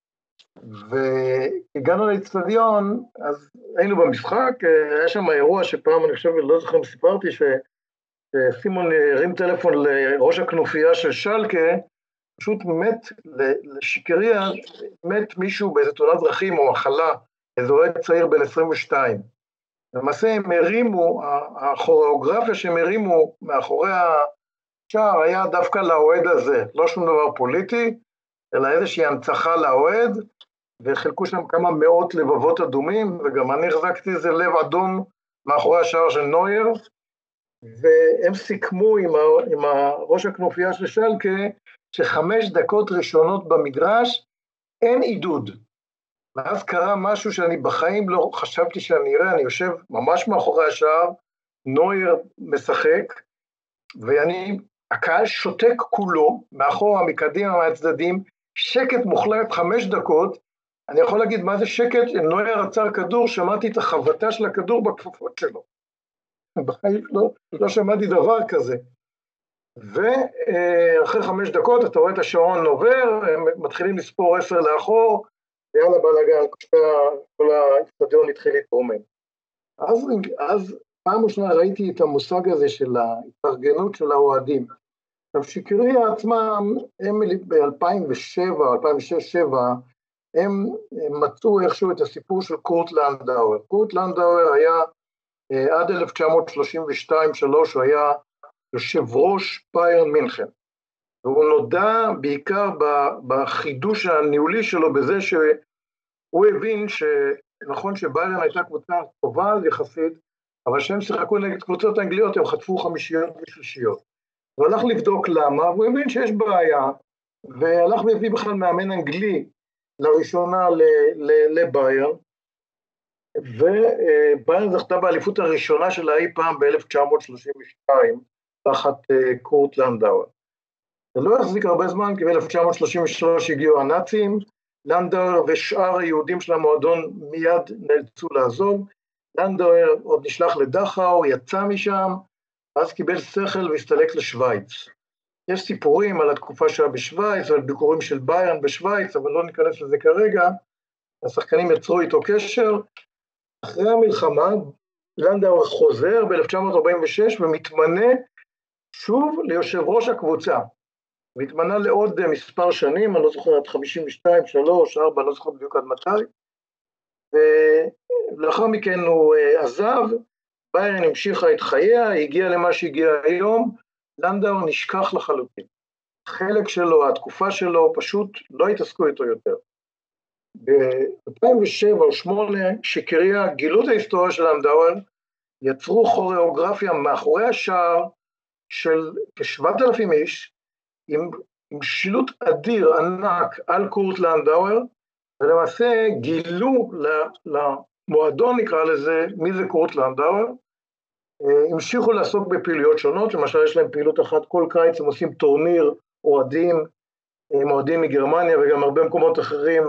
והגענו לאצטדיון, אז היינו במשחק, היה שם אירוע שפעם אני חושב, לא זוכר אם סיפרתי, שסימון הרים טלפון לראש הכנופיה של שלקה, פשוט מת לשיקריה, מת מישהו באיזה תאונת דרכים או מחלה, איזה אוהד צעיר בן 22. למעשה הם הרימו, הכוריאוגרפיה שהם הרימו מאחורי השער היה דווקא לאוהד הזה, לא שום דבר פוליטי, אלא איזושהי הנצחה לאוהד, וחילקו שם כמה מאות לבבות אדומים, וגם אני החזקתי איזה לב אדום מאחורי השער של נויר, והם סיכמו עם ראש הכנופיה של שלקה, ש5 דקות ראשונות במגרש אין עידוד. ואז קרה משהו שאני בחיים לא חשבתי שאני אראה, אני יושב ממש מאחורי השער, נויר משחק, הקהל שותק כולו, מאחורה, מקדימה, מהצדדים, שקט מוחלט 5 דקות, אני יכול להגיד מה זה שקט, נויר עצר כדור, שמעתי את החבטה של הכדור בכפפות שלו. בחיים לא שמעתי דבר כזה. ואחרי 5 דקות אתה רואה את השעון עובר, הם מתחילים לספור 10 לאחור, ויאללה בלגן, כל האצטדיון התחיל להתרומם. אז פעם ראשונה ראיתי את המושג הזה של ההתארגנות של האוהדים. עכשיו שיקריה עצמם, הם ב-2007, 2006-2007, הם מצאו איכשהו את הסיפור של קורט לנדאואר. קורט לנדאואר היה עד 1932-3, הוא היה יושב ראש ביירן מינכן. והוא נודע בעיקר בחידוש הניהולי שלו בזה שהוא הבין שנכון שביירן הייתה קבוצה טובה יחסית, אבל שהם שיחקו נגד קבוצות האנגליות, הם חטפו 5יות ושלישיות. הוא הלך לבדוק למה, והוא הבין שיש בעיה, והלך והביא בכלל מאמן אנגלי לראשונה לביירן, וביירן זכתה באליפות הראשונה שלה אי פעם ב-1932, תחת קורט לנדאואר. זה לא החזיק הרבה זמן, כי ב-1933 הגיעו הנאצים, לנדאואר ושאר היהודים של המועדון מיד נאלצו לעזוב, לנדאואר עוד נשלח לדכאו, יצא משם, אז קיבל שכל והסתלק לשוויץ. יש סיפורים על התקופה שהיה בשוויץ, ועל ביקורים של ביירן בשוויץ, אבל לא ניכנס לזה כרגע. השחקנים יצרו איתו קשר. אחרי המלחמה, לנדאואר חוזר ב-1946 ומתמנה שוב ליושב ראש הקבוצה. והתמנה לעוד מספר שנים, אני לא זוכר עד 52, 3, 4, אני לא זוכר בדיוק עד מתי. ולאחר מכן הוא עזב, ביירן המשיכה את חייה, הגיע למה שהגיע היום, לנדאואר נשכח לחלוטין. חלק שלו, התקופה שלו, פשוט לא התעסקו איתו יותר. ב-2007 או 2008, שקריה גילו את ההיסטוריה של לנדאואר, יצרו כוריאוגרפיה מאחורי השער של כ-7,000 איש, עם שילוט אדיר ענק על קורט לנדאואר, ולמעשה גילו למועדון, נקרא לזה, מי זה קורט לנדאואר, המשיכו לעסוק בפעילויות שונות, למשל יש להם פעילות אחת כל קיץ, הם עושים טורניר אוהדים מגרמניה וגם הרבה מקומות אחרים,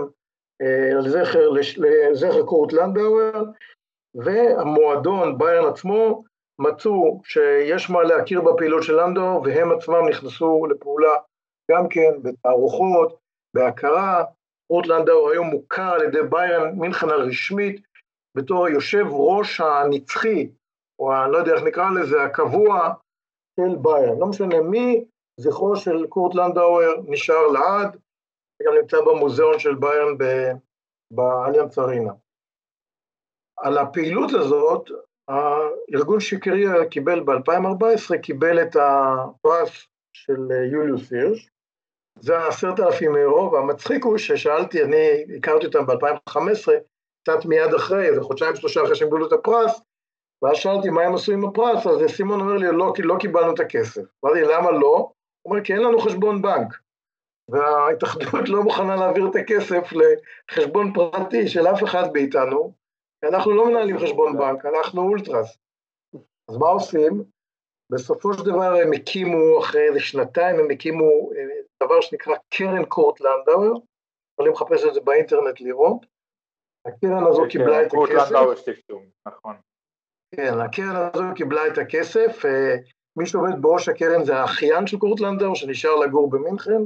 לזכר קורט לנדאואר, והמועדון ביירן עצמו מצאו שיש מה להכיר בפעילות של לנדאואר, והם עצמם נכנסו לפעולה גם כן בתערוכות, בהכרה. קורט לנדאואר היום מוכר על ידי ביירן מינכן הרשמית, בתור היושב ראש הנצחי, או אני לא יודע איך נקרא לזה, הקבוע של ביירן. לא משנה מי, זכרו של קורט לנדאואר נשאר לעד, וגם נמצא במוזיאון של ביירן באליאנס ארינה. על הפעילות הזאת, הארגון שקריה קיבל ב-2014, קיבל את הפרס של יוליוס הירש, זה 10,000 אירו, והמצחיק הוא ששאלתי, אני הכרתי אותם ב-2015, קצת מיד אחרי, זה חודשיים 3 אחרי שהם קיבלו את הפרס, ואז שאלתי מה הם עשו עם הפרס, אז סימון אומר לי, לא קיבלנו את הכסף. אמרתי, למה לא? הוא אומר, כי אין לנו חשבון בנק, וההתאחדות לא מוכנה להעביר את הכסף לחשבון פרטי של אף אחד מאיתנו, אנחנו לא מנהלים חשבון בנק, אנחנו אולטרס. אז מה עושים? בסופו של דבר הם הקימו, אחרי איזה שנתיים, הם הקימו דבר שנקרא קרן קורט לנדאואר, יכולים לחפש את זה באינטרנט לראות. הקרן הזו קיבלה את הכסף. קורט לנדאואר שטיפטום, נכון. כן, הקרן הזו קיבלה את הכסף, מי שעובד בראש הקרן זה האחיין של קורט לנדאואר, שנשאר לגור במינכן,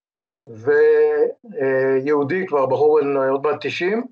ויהודי כבר בחור עוד מעט 90,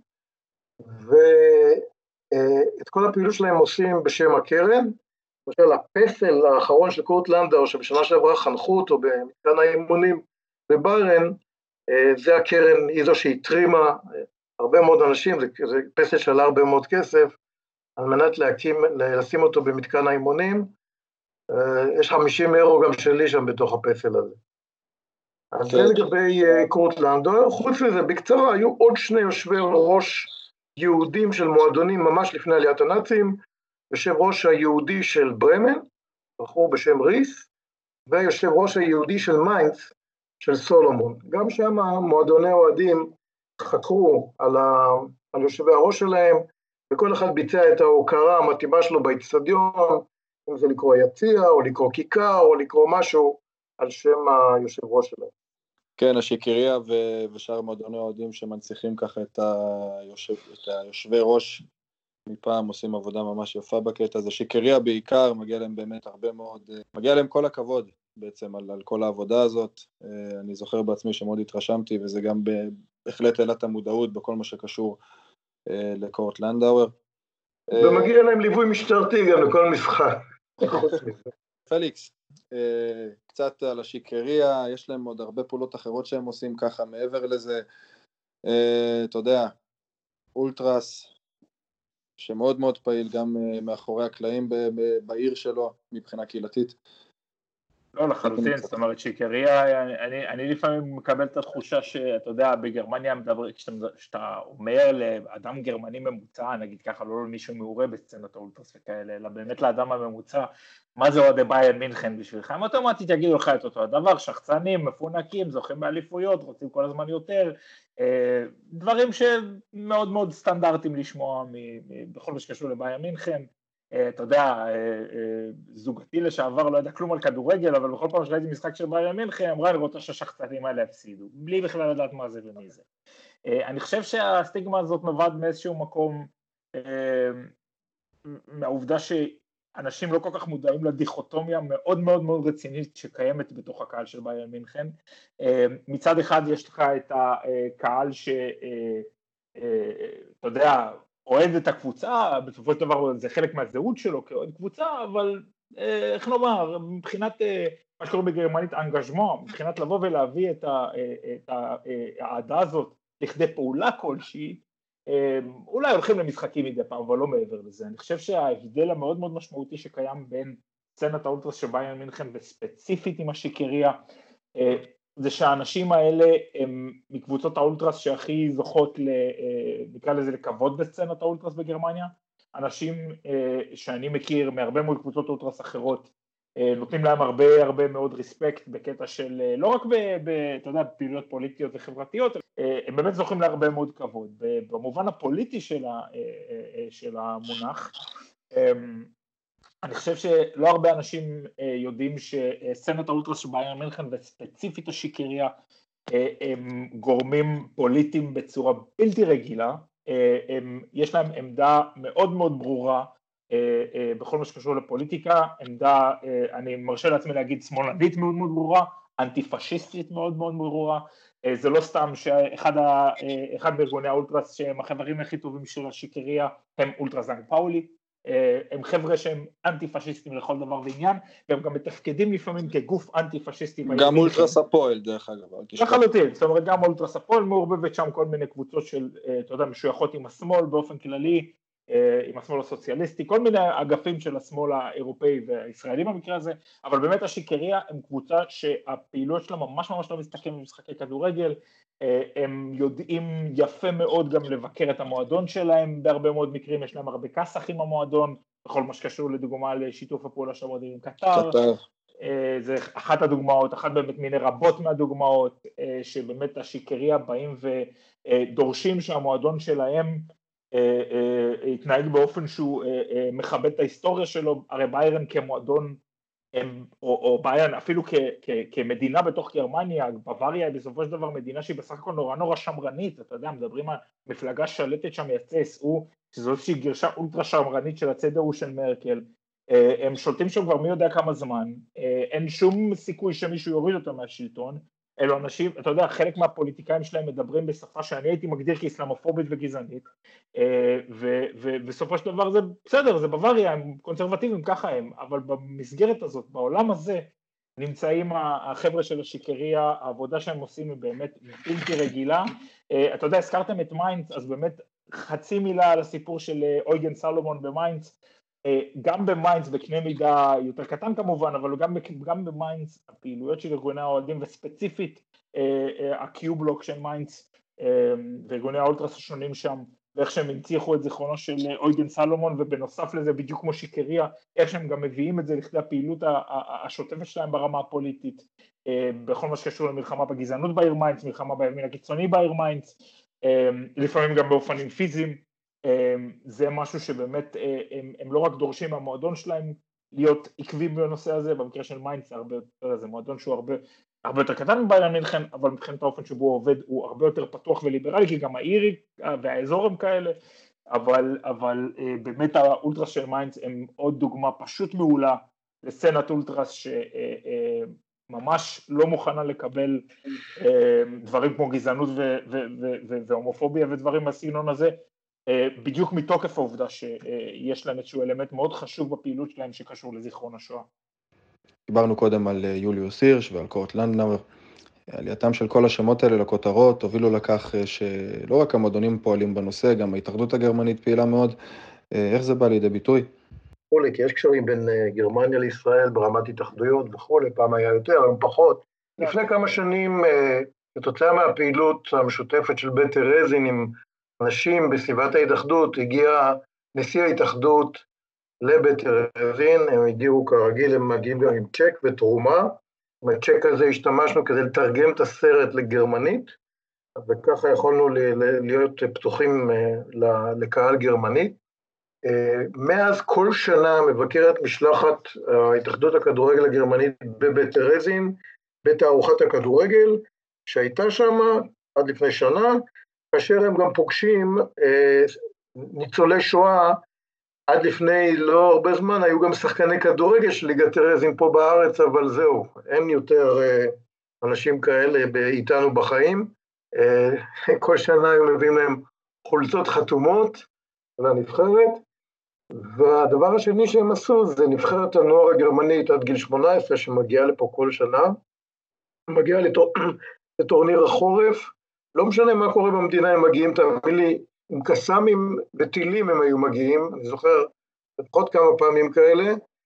ואת כל הפעילות שלהם עושים בשם הקרן, למשל הפסל האחרון של קורט לנדאואר, שבשנה שעברה חנכו אותו במתקן האימונים בביירן, זה הקרן, היא זו שהתרימה הרבה מאוד אנשים, זה פסל שעלה הרבה מאוד כסף, על מנת לשים אותו במתקן האימונים, יש 50 אירו גם שלי שם בתוך הפסל הזה. אז זה לגבי קורט לנדאואר. חוץ מזה, בקצרה, היו עוד 2 יושבי ראש יהודים של מועדונים ממש לפני עליית הנאצים, יושב ראש היהודי של ברמן, בחור בשם ריס, ויושב ראש היהודי של מיינץ, של סולומון. גם שם מועדוני אוהדים חקרו על יושבי הראש שלהם, וכל אחד ביצע את ההוקרה המתאימה שלו באצטדיון, אם זה לקרוא יציע, או לקרוא כיכר, או לקרוא משהו על שם היושב ראש שלהם. כן, השקריה ושאר מועדוני אוהדים שמנציחים ככה את היושבי ראש, מפעם עושים עבודה ממש יפה בקטע הזה. שקריה בעיקר, מגיע להם באמת הרבה מאוד, מגיע להם כל הכבוד בעצם על כל העבודה הזאת. אני זוכר בעצמי שמאוד התרשמתי, וזה גם בהחלט העלה את המודעות בכל מה שקשור לקורט לנדאואר. ומגיע להם ליווי משטרתי גם לכל משחק. פליקס, קצת על השקריה, יש להם עוד הרבה פעולות אחרות שהם עושים ככה מעבר לזה, אתה יודע, אולטרס, שמאוד מאוד פעיל גם מאחורי הקלעים בעיר שלו, מבחינה קהילתית. לא, לחלוטין, זאת אומרת שיקריה, אני לפעמים מקבל את התחושה שאתה יודע, בגרמניה מדבר, כשאתה אומר לאדם גרמני ממוצע, נגיד ככה, לא למישהו מעורה בסצנת האולטרס וכאלה, אלא באמת לאדם הממוצע, מה זה אוהדי ביירן מינכן בשבילך? הם אוטומטית יגידו לך את אותו הדבר, שחצנים, מפונקים, זוכים באליפויות, רוצים כל הזמן יותר, דברים שמאוד מאוד סטנדרטיים לשמוע בכל מה שקשור לביירן מינכן. אתה יודע, זוגתי לשעבר לא ידע כלום על כדורגל, אבל בכל פעם שראיתי משחק של ביירן מינכן, אמרה לי רוצה שהשחצנים האלה הפסידו, בלי בכלל לדעת מה זה ומי זה. אני חושב שהסטיגמה הזאת נובעת מאיזשהו מקום, מהעובדה שאנשים לא כל כך מודעים לדיכוטומיה מאוד מאוד מאוד רצינית שקיימת בתוך הקהל של ביירן מינכן. מצד אחד יש לך את הקהל אתה יודע, אוהד את הקבוצה, בסופו של דבר זה חלק מהזהות שלו כאוהד קבוצה, אבל איך נאמר, מבחינת מה שקורה בגרמנית אנגז'מנט, מבחינת לבוא ולהביא את העדה הזאת לכדי פעולה כלשהי, אולי הולכים למשחקים מדי פעם, אבל לא מעבר לזה. אני חושב שההבדל המאוד מאוד משמעותי שקיים בין סצנת האולטרס של ביירן מינכן וספציפית עם השיקריה, זה שהאנשים האלה הם מקבוצות האולטרס שהכי זוכות נקרא לזה לכבוד בסצנת האולטרס בגרמניה, אנשים שאני מכיר מהרבה מאוד קבוצות אולטרס אחרות, נותנים להם הרבה מאוד ריספקט בקטע של לא רק אתה יודע, פעילויות פוליטיות וחברתיות, הם באמת זוכים להרבה מאוד כבוד, במובן הפוליטי של המונח. אני חושב שלא הרבה אנשים יודעים שסצנת האולטרס של ביירן מינכן וספציפית השיקריה הם גורמים פוליטיים בצורה בלתי רגילה, יש להם עמדה מאוד מאוד ברורה בכל מה שקשור לפוליטיקה, עמדה, אני מרשה לעצמי להגיד שמאלנית מאוד מאוד ברורה, אנטי פשיסטית מאוד מאוד ברורה, זה לא סתם שאחד בארגוני האולטרס שהם החברים הכי טובים של השיקריה הם אולטרס סן פאולי, הם חבר'ה שהם אנטי פשיסטים לכל דבר ועניין, והם גם מתפקדים לפעמים כגוף אנטי פשיסטי. גם אולטרס הפועל דרך אגב. לחלוטין, זאת אומרת גם אולטרס הפועל מעורבבת שם כל מיני קבוצות של, אתה יודע, משויכות עם השמאל באופן כללי, עם השמאל הסוציאליסטי, כל מיני אגפים של השמאל האירופאי והישראלי במקרה הזה, אבל באמת השיקריה הם קבוצה שהפעילויות שלה ממש ממש לא מסתכם במשחקי כדורגל, הם יודעים יפה מאוד גם לבקר את המועדון שלהם, בהרבה מאוד מקרים יש להם הרבה כסח עם המועדון, בכל מה שקשור לדוגמה לשיתוף הפעולה של המועדון עם קטר, זה אחת הדוגמאות, אחת באמת מיני רבות מהדוגמאות, שבאמת השיקריה באים ודורשים שהמועדון שלהם יתנהג באופן שהוא מכבד את ההיסטוריה שלו, הרי ביירן כמועדון, או ביירן אפילו כמדינה בתוך גרמניה, בוואריה היא בסופו של דבר מדינה שהיא בסך הכל נורא שמרנית, אתה יודע, מדברים על מפלגה שלטת שם CSU, שזו איזושהי גרשה אולטרה שמרנית של הצד"ו של מרקל, הם שולטים שם כבר מי יודע כמה זמן, אין שום סיכוי שמישהו יוריד אותם מהשלטון, אלו אנשים, אתה יודע, חלק מהפוליטיקאים שלהם מדברים בשפה שאני הייתי מגדיר כאסלאמופובית וגזענית, ובסופו של דבר זה בסדר, זה בוואריה, הם קונסרבטיביים, ככה הם, אבל במסגרת הזאת, בעולם הזה, נמצאים החבר'ה של השיקריה, העבודה שהם עושים היא באמת בלתי רגילה, אתה יודע, הזכרתם את מיינץ, אז באמת חצי מילה על הסיפור של אויגן סלומון במיינץ, גם במיינץ בקנה מידה יותר קטן כמובן, אבל גם במיינץ הפעילויות של ארגוני האוהדים וספציפית הקיו-בלוק של מיינץ וארגוני האולטרס השונים שם, ואיך שהם הנציחו את זיכרונו של אויגן סלומון, ובנוסף לזה בדיוק כמו שיקריה, איך שהם גם מביאים את זה לכדי הפעילות השוטפת שלהם ברמה הפוליטית, בכל מה שקשור למלחמה בגזענות בעיר מיינץ, מלחמה בימין הקיצוני בעיר מיינץ, לפעמים גם באופנים פיזיים, זה משהו שבאמת הם לא רק דורשים מהמועדון שלהם להיות עקבים בנושא הזה, במקרה של מיינץ זה מועדון שהוא הרבה יותר קטן מביירן מינכן, אבל מבחינת האופן שבו הוא עובד הוא הרבה יותר פתוח וליברלי, כי גם העיר והאזור הם כאלה, אבל באמת האולטרס של מיינץ הם עוד דוגמה פשוט מעולה לסצנת אולטרס שממש לא מוכנה לקבל דברים כמו גזענות והומופוביה ודברים מהסגנון הזה, בדיוק מתוקף העובדה שיש להם איזשהו אלמנט מאוד חשוב בפעילות שלהם שקשור לזיכרון השואה. דיברנו קודם על יוליוס הירש ועל קורט לנדאואר, עלייתם של כל השמות האלה לכותרות הובילו לכך שלא רק המועדונים פועלים בנושא, גם ההתאחדות הגרמנית פעילה מאוד. איך זה בא לידי ביטוי? וכולי, כי יש קשרים בין גרמניה לישראל ברמת התאחדויות וכולי, פעם היה יותר, היום פחות. לפני כמה שנים, כתוצאה מהפעילות המשותפת של בית טרזין עם אנשים בסביבת ההתאחדות, הגיע נשיא ההתאחדות לבית טרזין, הם הגיעו כרגיל, הם מגיעים גם עם צ'ק ותרומה, בצ'ק הזה השתמשנו כדי לתרגם את הסרט לגרמנית, וככה יכולנו להיות פתוחים לקהל גרמנית. מאז כל שנה מבקרת משלחת ההתאחדות הכדורגל הגרמנית בבית טרזין, בתערוכת הכדורגל, שהייתה שם עד לפני שנה, כאשר הם גם פוגשים ניצולי שואה, עד לפני לא הרבה זמן היו גם שחקני כדורגל של ליגת טרזין פה בארץ, אבל זהו, אין יותר אנשים כאלה איתנו בחיים, כל שנה הם מביאים להם חולצות חתומות לנבחרת, והדבר השני שהם עשו זה נבחרת הנוער הגרמנית עד גיל 18 שמגיעה לפה כל שנה, מגיעה לטורניר החורף, לא משנה מה קורה במדינה, הם מגיעים, תאמין לי, עם קסאמים וטילים הם היו מגיעים, אני זוכר לפחות כמה פעמים כאלה,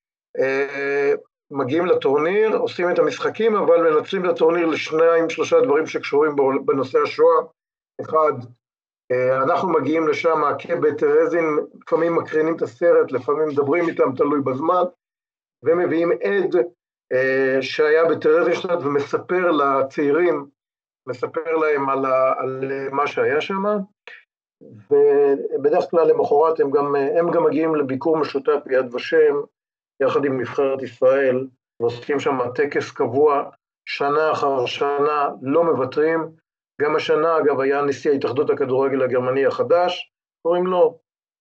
מגיעים לטורניר, עושים את המשחקים, אבל מנצלים את הטורניר לשניים-שלושה דברים שקשורים בנושא השואה. אחד, אנחנו מגיעים לשם כבית טרזין, לפעמים מקרינים את הסרט, לפעמים מדברים איתם, תלוי בזמן, ומביאים עד שהיה בטרזין שנת ומספר לצעירים, מספר להם על מה שהיה שם, ובדרך כלל למחרת הם גם מגיעים לביקור משותף ביד ושם, יחד עם נבחרת ישראל, ועושים שם טקס קבוע, שנה אחר שנה, לא מוותרים, גם השנה אגב היה נשיא ההתאחדות הכדורגל הגרמני החדש, קוראים לו,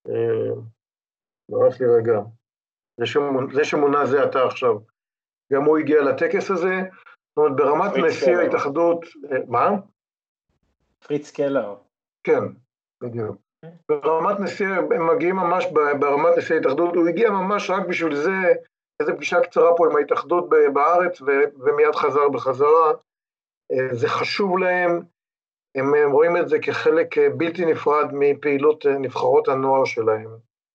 ברח לי רגע, זה שמונה זה אתה עכשיו, גם הוא הגיע לטקס הזה, זאת אומרת ברמת נשיא ההתאחדות, מה? פריץ קלר. כן, בדיוק. ברמת נשיא, הם מגיעים ממש ברמת נשיא ההתאחדות, הוא הגיע ממש רק בשביל זה, איזו פגישה קצרה פה עם ההתאחדות בארץ, ומיד חזר בחזרה, זה חשוב להם, הם רואים את זה כחלק בלתי נפרד מפעילות נבחרות הנוער שלהם.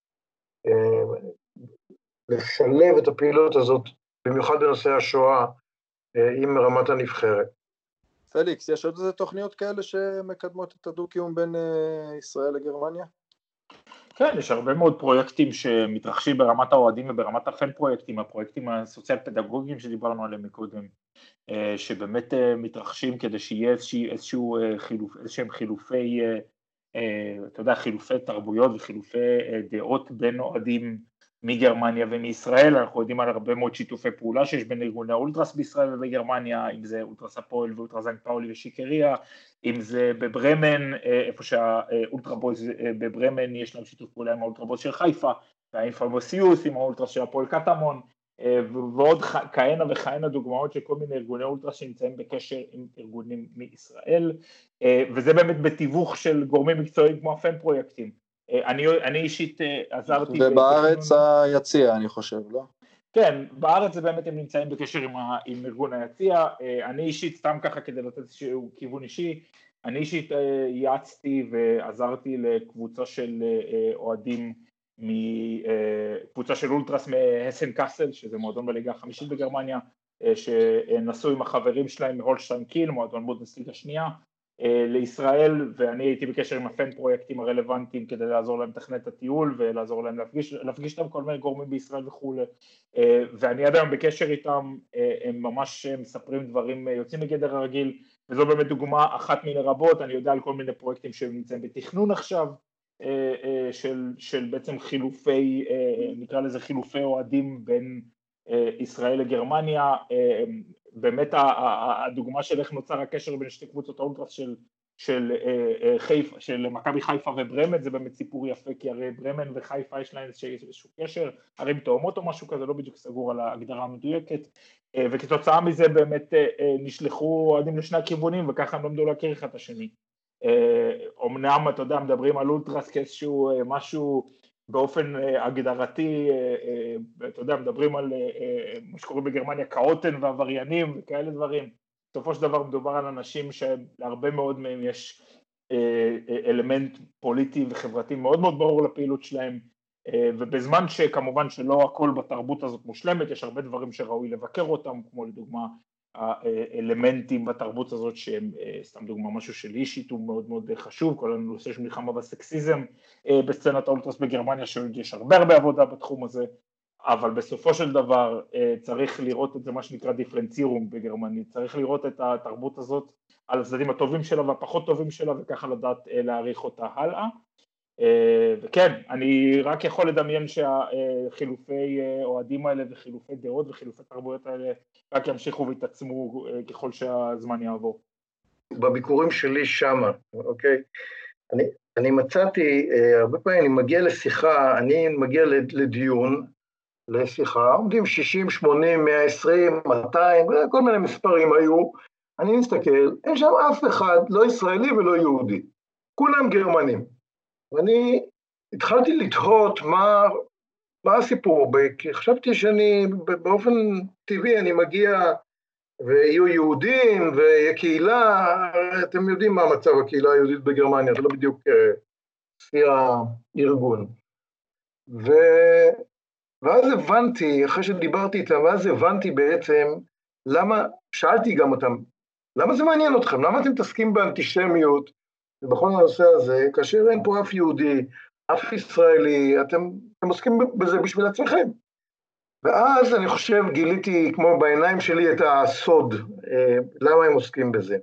לשלב את הפעילות הזאת, במיוחד בנושא השואה, עם רמת הנבחרת. פליקס, יש עוד איזה תוכניות כאלה שמקדמות את הדו-קיום בין ישראל לגרמניה? כן, יש הרבה מאוד פרויקטים שמתרחשים ברמת האוהדים וברמת הפן פרויקטים, הפרויקטים הסוציאל-פדגוגיים שדיברנו עליהם מקודם, שבאמת מתרחשים כדי שיהיה איזשהם חילופי, אתה יודע, חילופי תרבויות וחילופי דעות בין אוהדים מגרמניה ומישראל. אנחנו יודעים על הרבה מאוד שיתופי פעולה שיש בין ארגוני האולטרס בישראל ובגרמניה, אם זה אולטרס הפועל ואולטרס זנק פאולי ושיקריה, אם זה בברמן, איפה שהאולטרבוס בברמן יש להם שיתוף פעולה עם האולטרבוס של חיפה, והאינפלבוסיוס עם האולטרס של הפועל קטמון, ועוד כהנה וכהנה דוגמאות של כל מיני ארגוני אולטרס שנמצאים בקשר עם ארגונים מישראל, וזה באמת בתיווך של גורמים מקצועיים כמו הפן פרויקטים. אני אישית עזרתי... ובארץ היציע, אני חושב, לא? כן, בארץ זה באמת הם נמצאים בקשר עם ארגון היציע, אני אישית, סתם ככה כדי לתת איזשהו כיוון אישי, אני אישית יעצתי ועזרתי לקבוצה של אוהדים, קבוצה של אולטרס מהסן קאסל, שזה מועדון בליגה החמישית בגרמניה, שנסעו עם החברים שלהם מהולשטיין קיל, מועדון בונדסליגה שנייה, לישראל, ואני הייתי בקשר עם הפן פרויקטים הרלוונטיים כדי לעזור להם לתכנן את הטיול ולעזור להם להפגיש אותם כל מיני גורמים בישראל וכו', ואני עד היום בקשר איתם, הם ממש מספרים דברים יוצאים מגדר הרגיל, וזו באמת דוגמה אחת מיני רבות. אני יודע על כל מיני פרויקטים שנמצאים בתכנון עכשיו, של בעצם חילופי, נקרא לזה חילופי אוהדים בין ישראל לגרמניה. באמת הדוגמה של איך נוצר הקשר בין שתי קבוצות האולטרס של מכבי חיפה וברמן, זה באמת סיפור יפה, כי הרי ברמן וחיפה יש להם איזשהו קשר, ערים תאומות או משהו כזה, לא בדיוק סגור על ההגדרה המדויקת, וכתוצאה מזה באמת נשלחו אוהדים לשני הכיוונים, וככה הם למדו להכיר אחד את השני. אמנם אתה יודע, מדברים על אולטרס כאיזשהו משהו באופן הגדרתי, אתה יודע, מדברים על מה שקוראים בגרמניה כאוטן ועבריינים וכאלה דברים. בסופו של דבר מדובר על אנשים שלהרבה מאוד מהם יש אלמנט פוליטי וחברתי מאוד מאוד ברור לפעילות שלהם, ובזמן שכמובן שלא הכל בתרבות הזאת מושלמת, יש הרבה דברים שראוי לבקר אותם, כמו לדוגמה האלמנטים בתרבות הזאת שהם, סתם דוגמה, משהו שלי אישית הוא מאוד מאוד חשוב, כל הנושא של מלחמה בסקסיזם בסצנת האולטרס בגרמניה, שיש הרבה עבודה בתחום הזה, אבל בסופו של דבר צריך לראות את זה, מה שנקרא דיפרנצירום בגרמנית, צריך לראות את התרבות הזאת על הצדדים הטובים שלה והפחות טובים שלה, וככה לדעת להעריך אותה הלאה. וכן, אני רק יכול לדמיין שהחילופי אוהדים האלה וחילופי דעות וחילופי תרבויות האלה רק ימשיכו ויתעצמו ככל שהזמן יעבור. בביקורים שלי שמה, אוקיי? אני מצאתי, הרבה פעמים אני מגיע לשיחה, אני מגיע לדיון, לשיחה, עומדים 60, 80, 120, 200, כל מיני מספרים היו, אני מסתכל, אין שם אף אחד, לא ישראלי ולא יהודי, כולם גרמנים. ואני התחלתי לתהות מה הסיפור, כי חשבתי שאני באופן טבעי אני מגיע ויהיו יהודים ויהיה קהילה, אתם יודעים מה המצב הקהילה היהודית בגרמניה, זה לא בדיוק לפי הארגון. ואז הבנתי, אחרי שדיברתי איתם, ואז הבנתי בעצם שאלתי גם אותם, למה זה מעניין אתכם? למה אתם מתעסקים באנטישמיות ובכל הנושא הזה, כאשר אין פה אף יהודי, אף ישראלי, אתם עוסקים בזה בשביל עצמכם. ואז אני חושב, גיליתי כמו בעיניים שלי את הסוד, למה הם עוסקים בזה.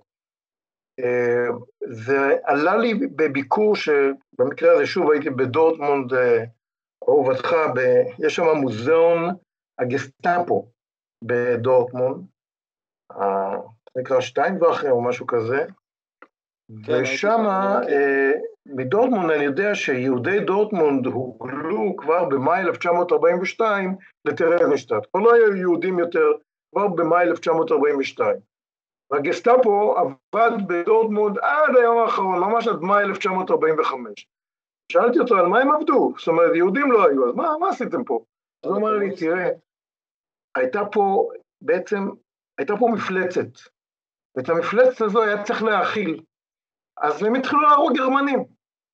זה עלה לי בביקור שבמקרה הזה שוב הייתי בדורטמונד, אהובתך, יש שם מוזיאון הגסטאפו בדורטמונד, נקרא שטיינבאך או משהו כזה, ושם מדורטמונד אני יודע שיהודי דורטמונד הוגלו כבר במאי 1942 לטרזינשטט, כבר לא היו יהודים יותר, כבר במאי 1942. והגסטאפו עבד בדורטמונד עד היום האחרון, ממש עד מאי 1945. שאלתי אותו על מה הם עבדו, זאת אומרת יהודים לא היו, אז מה עשיתם פה? אז הוא אמר לי, תראה, הייתה פה מפלצת, ואת המפלצת הזו היה צריך להאכיל, אז הם התחילו להרוג גרמנים.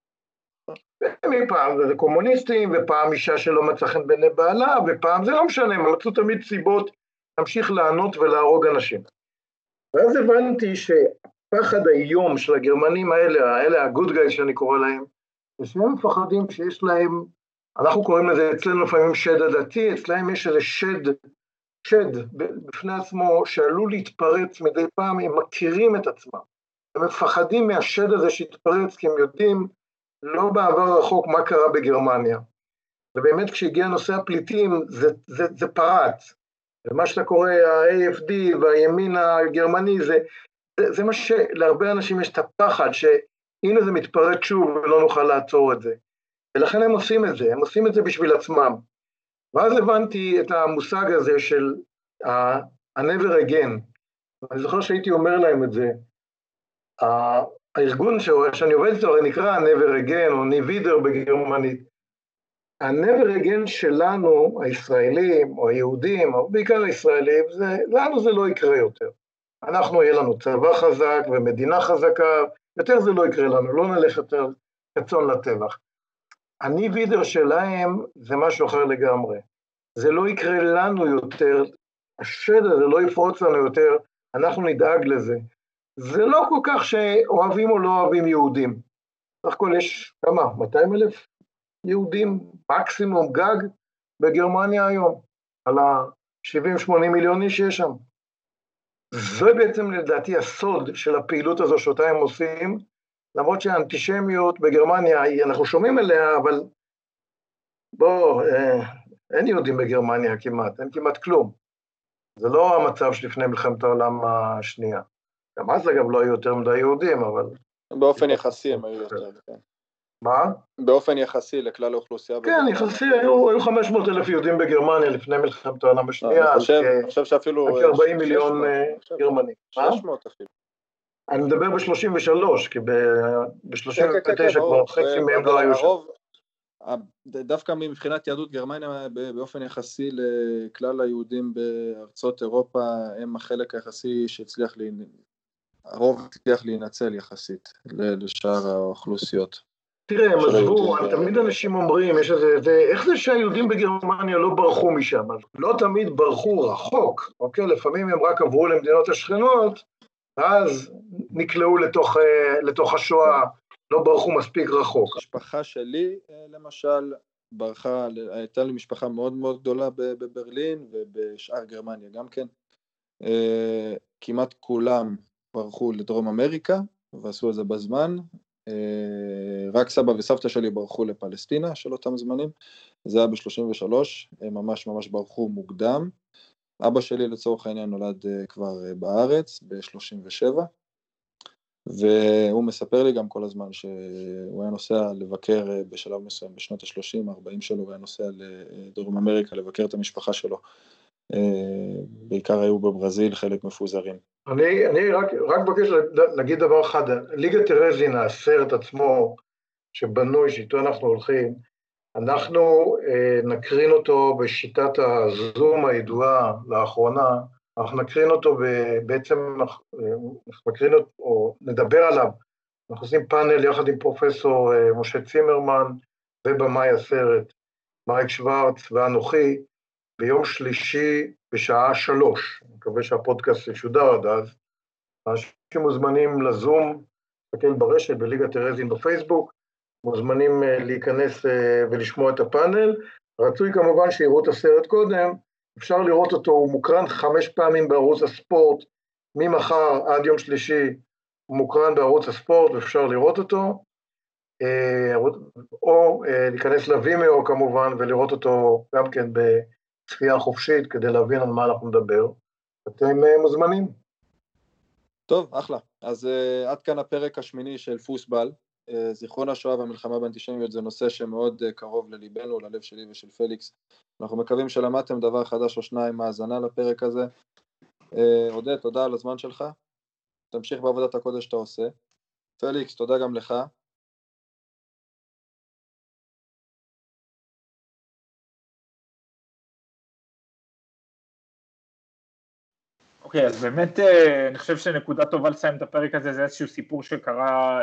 פעם זה קומוניסטים, ופעם אישה שלא מצא חן בעיני בעלה, ופעם זה לא משנה, הם מצאו תמיד סיבות להמשיך לענות ולהרוג אנשים. ואז הבנתי שפחד היום של הגרמנים האלה ה-good guys שאני קורא להם, זה שהם מפחדים שיש להם, אנחנו קוראים לזה אצלנו לפעמים שד עדתי, אצלהם יש איזה שד בפני עצמו שעלול להתפרץ מדי פעם, הם מכירים את עצמם. הם מפחדים מהשד הזה שהתפרץ, כי הם יודעים לא בעבר רחוק מה קרה בגרמניה. ובאמת כשהגיע נושא הפליטים, זה פרץ. ומה שאתה קורא, ה-AFD והימין הגרמני, זה מה שלהרבה אנשים יש את הפחד, שהנה זה מתפרץ שוב ולא נוכל לעצור את זה. ולכן הם עושים את זה, הם עושים את זה בשביל עצמם. ואז הבנתי את המושג הזה של ה-never again. אני זוכר שהייתי אומר להם את זה, הארגון שאני עובד איתו נקרא never again או ניבידר בגרמנית. ה-never again שלנו, הישראלים או היהודים, או בעיקר הישראלים, לנו זה לא יקרה יותר. אנחנו יהיה לנו צבא חזק ומדינה חזקה, יותר זה לא יקרה לנו, לא נלך יותר כצאן לטבח. הניבידר שלהם זה משהו אחר לגמרי. זה לא יקרה לנו יותר, השד הזה לא יפרוץ לנו יותר, אנחנו נדאג לזה. זה לא כל כך שאוהבים או לא אוהבים יהודים. סך הכל יש כמה? 200,000 יהודים, מקסימום גג בגרמניה היום, על ה-70-80 מיליון איש שיש שם. זה בעצם לדעתי הסוד של הפעילות הזו שאותה הם עושים, למרות שהאנטישמיות בגרמניה, אנחנו שומעים עליה, אבל אין יהודים בגרמניה כמעט, אין כמעט כלום. זה לא המצב שלפני מלחמת העולם השנייה. גם אז אגב לא היו יותר מדי יהודים, אבל... באופן יחסי הם היו יותר, כן. מה? באופן יחסי לכלל האוכלוסייה. כן, יחסי, היו 500,000 יהודים בגרמניה לפני מלחמת העולם השנייה. אני חושב שאפילו... 40 מיליון גרמנים. 600 אפילו. אני מדבר ב-33, כי ב-39 כבר חצי מהם לא היו שם. דווקא מבחינת יהדות גרמניה, באופן יחסי לכלל היהודים בארצות אירופה, הם החלק היחסי שהצליח הרוב הצליח להינצל יחסית לשאר האוכלוסיות. תראה, הם עזבו, תמיד אנשים אומרים, איך זה שהיהודים בגרמניה לא ברחו משם? לא תמיד ברחו רחוק, אוקיי? לפעמים הם רק עברו למדינות השכנות, אז נקלעו לתוך השואה, לא ברחו מספיק רחוק. המשפחה שלי, למשל, ברחה, הייתה לי משפחה מאוד מאוד גדולה בברלין ובשאר גרמניה גם כן. כמעט כולם ברחו לדרום אמריקה ועשו את זה בזמן. רק סבא וסבתא שלי ברחו לפלסטינה של אותם זמנים. זה היה ב-33, הם ממש ממש ברחו מוקדם. אבא שלי לצורך העניין נולד כבר בארץ ב-37. והוא מספר לי גם כל הזמן שהוא היה נוסע לבקר בשלב מסוים בשנות ה-30-40 שלו, הוא היה נוסע לדרום אמריקה לבקר את המשפחה שלו, בעיקר היו בברזיל חלק מפוזרים. אני רק מבקש להגיד דבר אחד, ליגה טרזין, הסרט עצמו שבנוי, שאיתו אנחנו הולכים, אנחנו נקרין אותו בשיטת הזום הידועה לאחרונה, אנחנו נקרין אותו בעצם, נקרין אותו, או נדבר עליו, אנחנו עושים פאנל יחד עם פרופסור משה צימרמן ובמאי הסרט, מייק שוורץ ואנוכי, ביום שלישי בשעה 3, אני מקווה שהפודקאסט ישודר עד אז, אנשים מוזמנים לזום, תסתכל ברשת בליגה טרזין בפייסבוק, מוזמנים להיכנס ולשמוע את הפאנל, רצוי כמובן שיראו את הסרט קודם, אפשר לראות אותו, הוא מוקרן 5 פעמים בערוץ הספורט, ממחר עד יום שלישי הוא מוקרן בערוץ הספורט, ואפשר לראות אותו, או להיכנס לוימאו כמובן, ולראות אותו גם כן בצפייה חופשית, כדי להבין על מה אנחנו נדבר. אתם מוזמנים. טוב, אחלה. אז עד כאן הפרק השמיני של פוסבל. זיכרון השואה והמלחמה באנטישמיות זה נושא שמאוד קרוב לליבנו, ללב שלי ושל פליקס. אנחנו מקווים שלמדתם דבר חדש או שניים מהאזנה לפרק הזה. עודד, תודה על הזמן שלך. תמשיך בעבודת הקודש שאתה עושה. פליקס, תודה גם לך. אוקיי, אז באמת אני חושב שנקודה טובה לסיים את הפרק הזה, זה איזשהו סיפור שקרה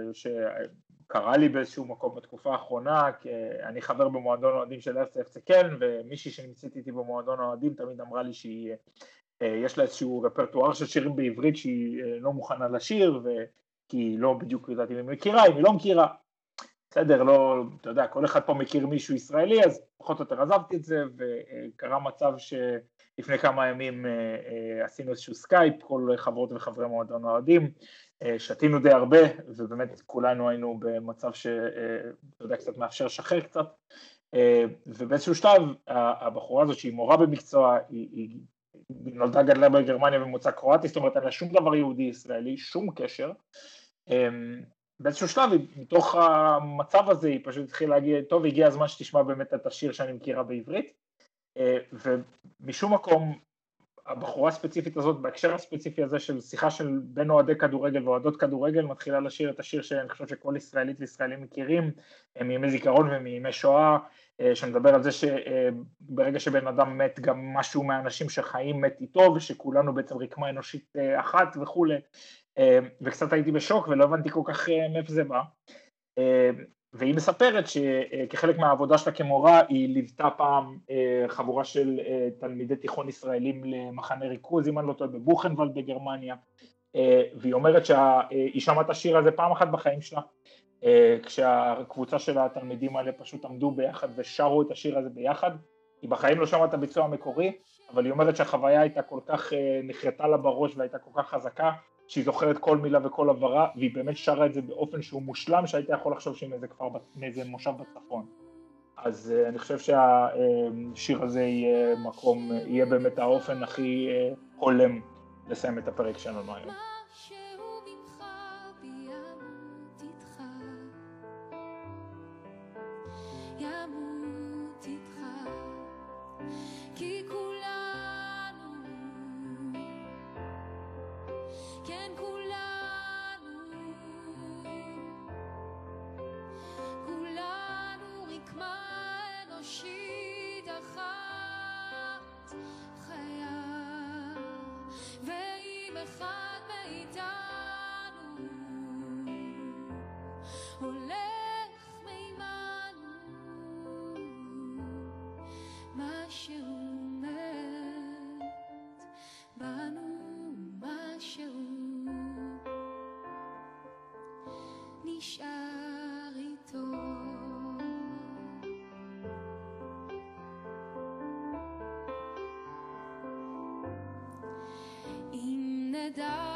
לי באיזשהו מקום בתקופה האחרונה, כי אני חבר במועדון אוהדים של FC קלן, ומישהי שנמצאת איתי במועדון אוהדים תמיד אמרה לי שיש לה איזשהו רפרטואר של שירים בעברית שהיא לא מוכנה לשיר, כי היא לא בדיוק יודעת אם היא מכירה, אם היא לא מכירה. בסדר, לא, אתה יודע, כל אחד פה מכיר מישהו ישראלי, אז פחות או יותר עזבתי את זה, וקרה מצב שלפני כמה ימים עשינו איזשהו סקייפ, כל חברות וחברי מועדון אוהדים, שתינו די הרבה, ובאמת כולנו היינו במצב שאתה יודע, קצת מאפשר שחרר קצת, ובאיזשהו שלב, הבחורה הזאת שהיא מורה במקצוע, היא נולדה גדלה בגרמניה ומוצא קרואטי, זאת אומרת, אין לה שום דבר יהודי ישראלי, שום קשר, באיזשהו שלב, מתוך המצב הזה, היא פשוט התחילה להגיד, טוב, הגיע הזמן שתשמע באמת את השיר שאני מכירה בעברית, ומשום מקום, הבחורה הספציפית הזאת, בהקשר הספציפי הזה של שיחה של בין אוהדי כדורגל ואוהדות כדורגל, מתחילה לשיר את השיר שאני חושב שכל ישראלית וישראלים מכירים, מימי זיכרון ומימי שואה, שמדבר על זה שברגע שבן אדם מת, גם משהו מהאנשים שחיים מת איתו, ושכולנו בעצם רקמה אנושית אחת וכו'. וקצת הייתי בשוק ולא הבנתי כל כך מאיפה זה בא, והיא מספרת שכחלק מהעבודה שלה כמורה היא ליוותה פעם חבורה של תלמידי תיכון ישראלים למחנה ריכוז, אם אני לא טועה, בבוכנוולד בגרמניה, והיא אומרת שהיא שמעה את השיר הזה פעם אחת בחיים שלה, כשהקבוצה של התלמידים האלה פשוט עמדו ביחד ושרו את השיר הזה ביחד. היא בחיים לא שמעה את הביצוע המקורי, אבל היא אומרת שהחוויה הייתה כל כך נחרטה לה בראש והייתה כל כך חזקה, שהיא זוכרת כל מילה וכל הברה, והיא באמת שרה את זה באופן שהוא מושלם, שהייתה יכול לחשוב שהיא מאיזה מושב בצפון. אז אני חושב שהשיר הזה יהיה באמת האופן הכי הולם לסיים את הפרק שלנו היום. ואם אחד נשאר איתו. אם נדע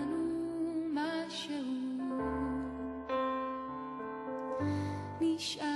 נשאר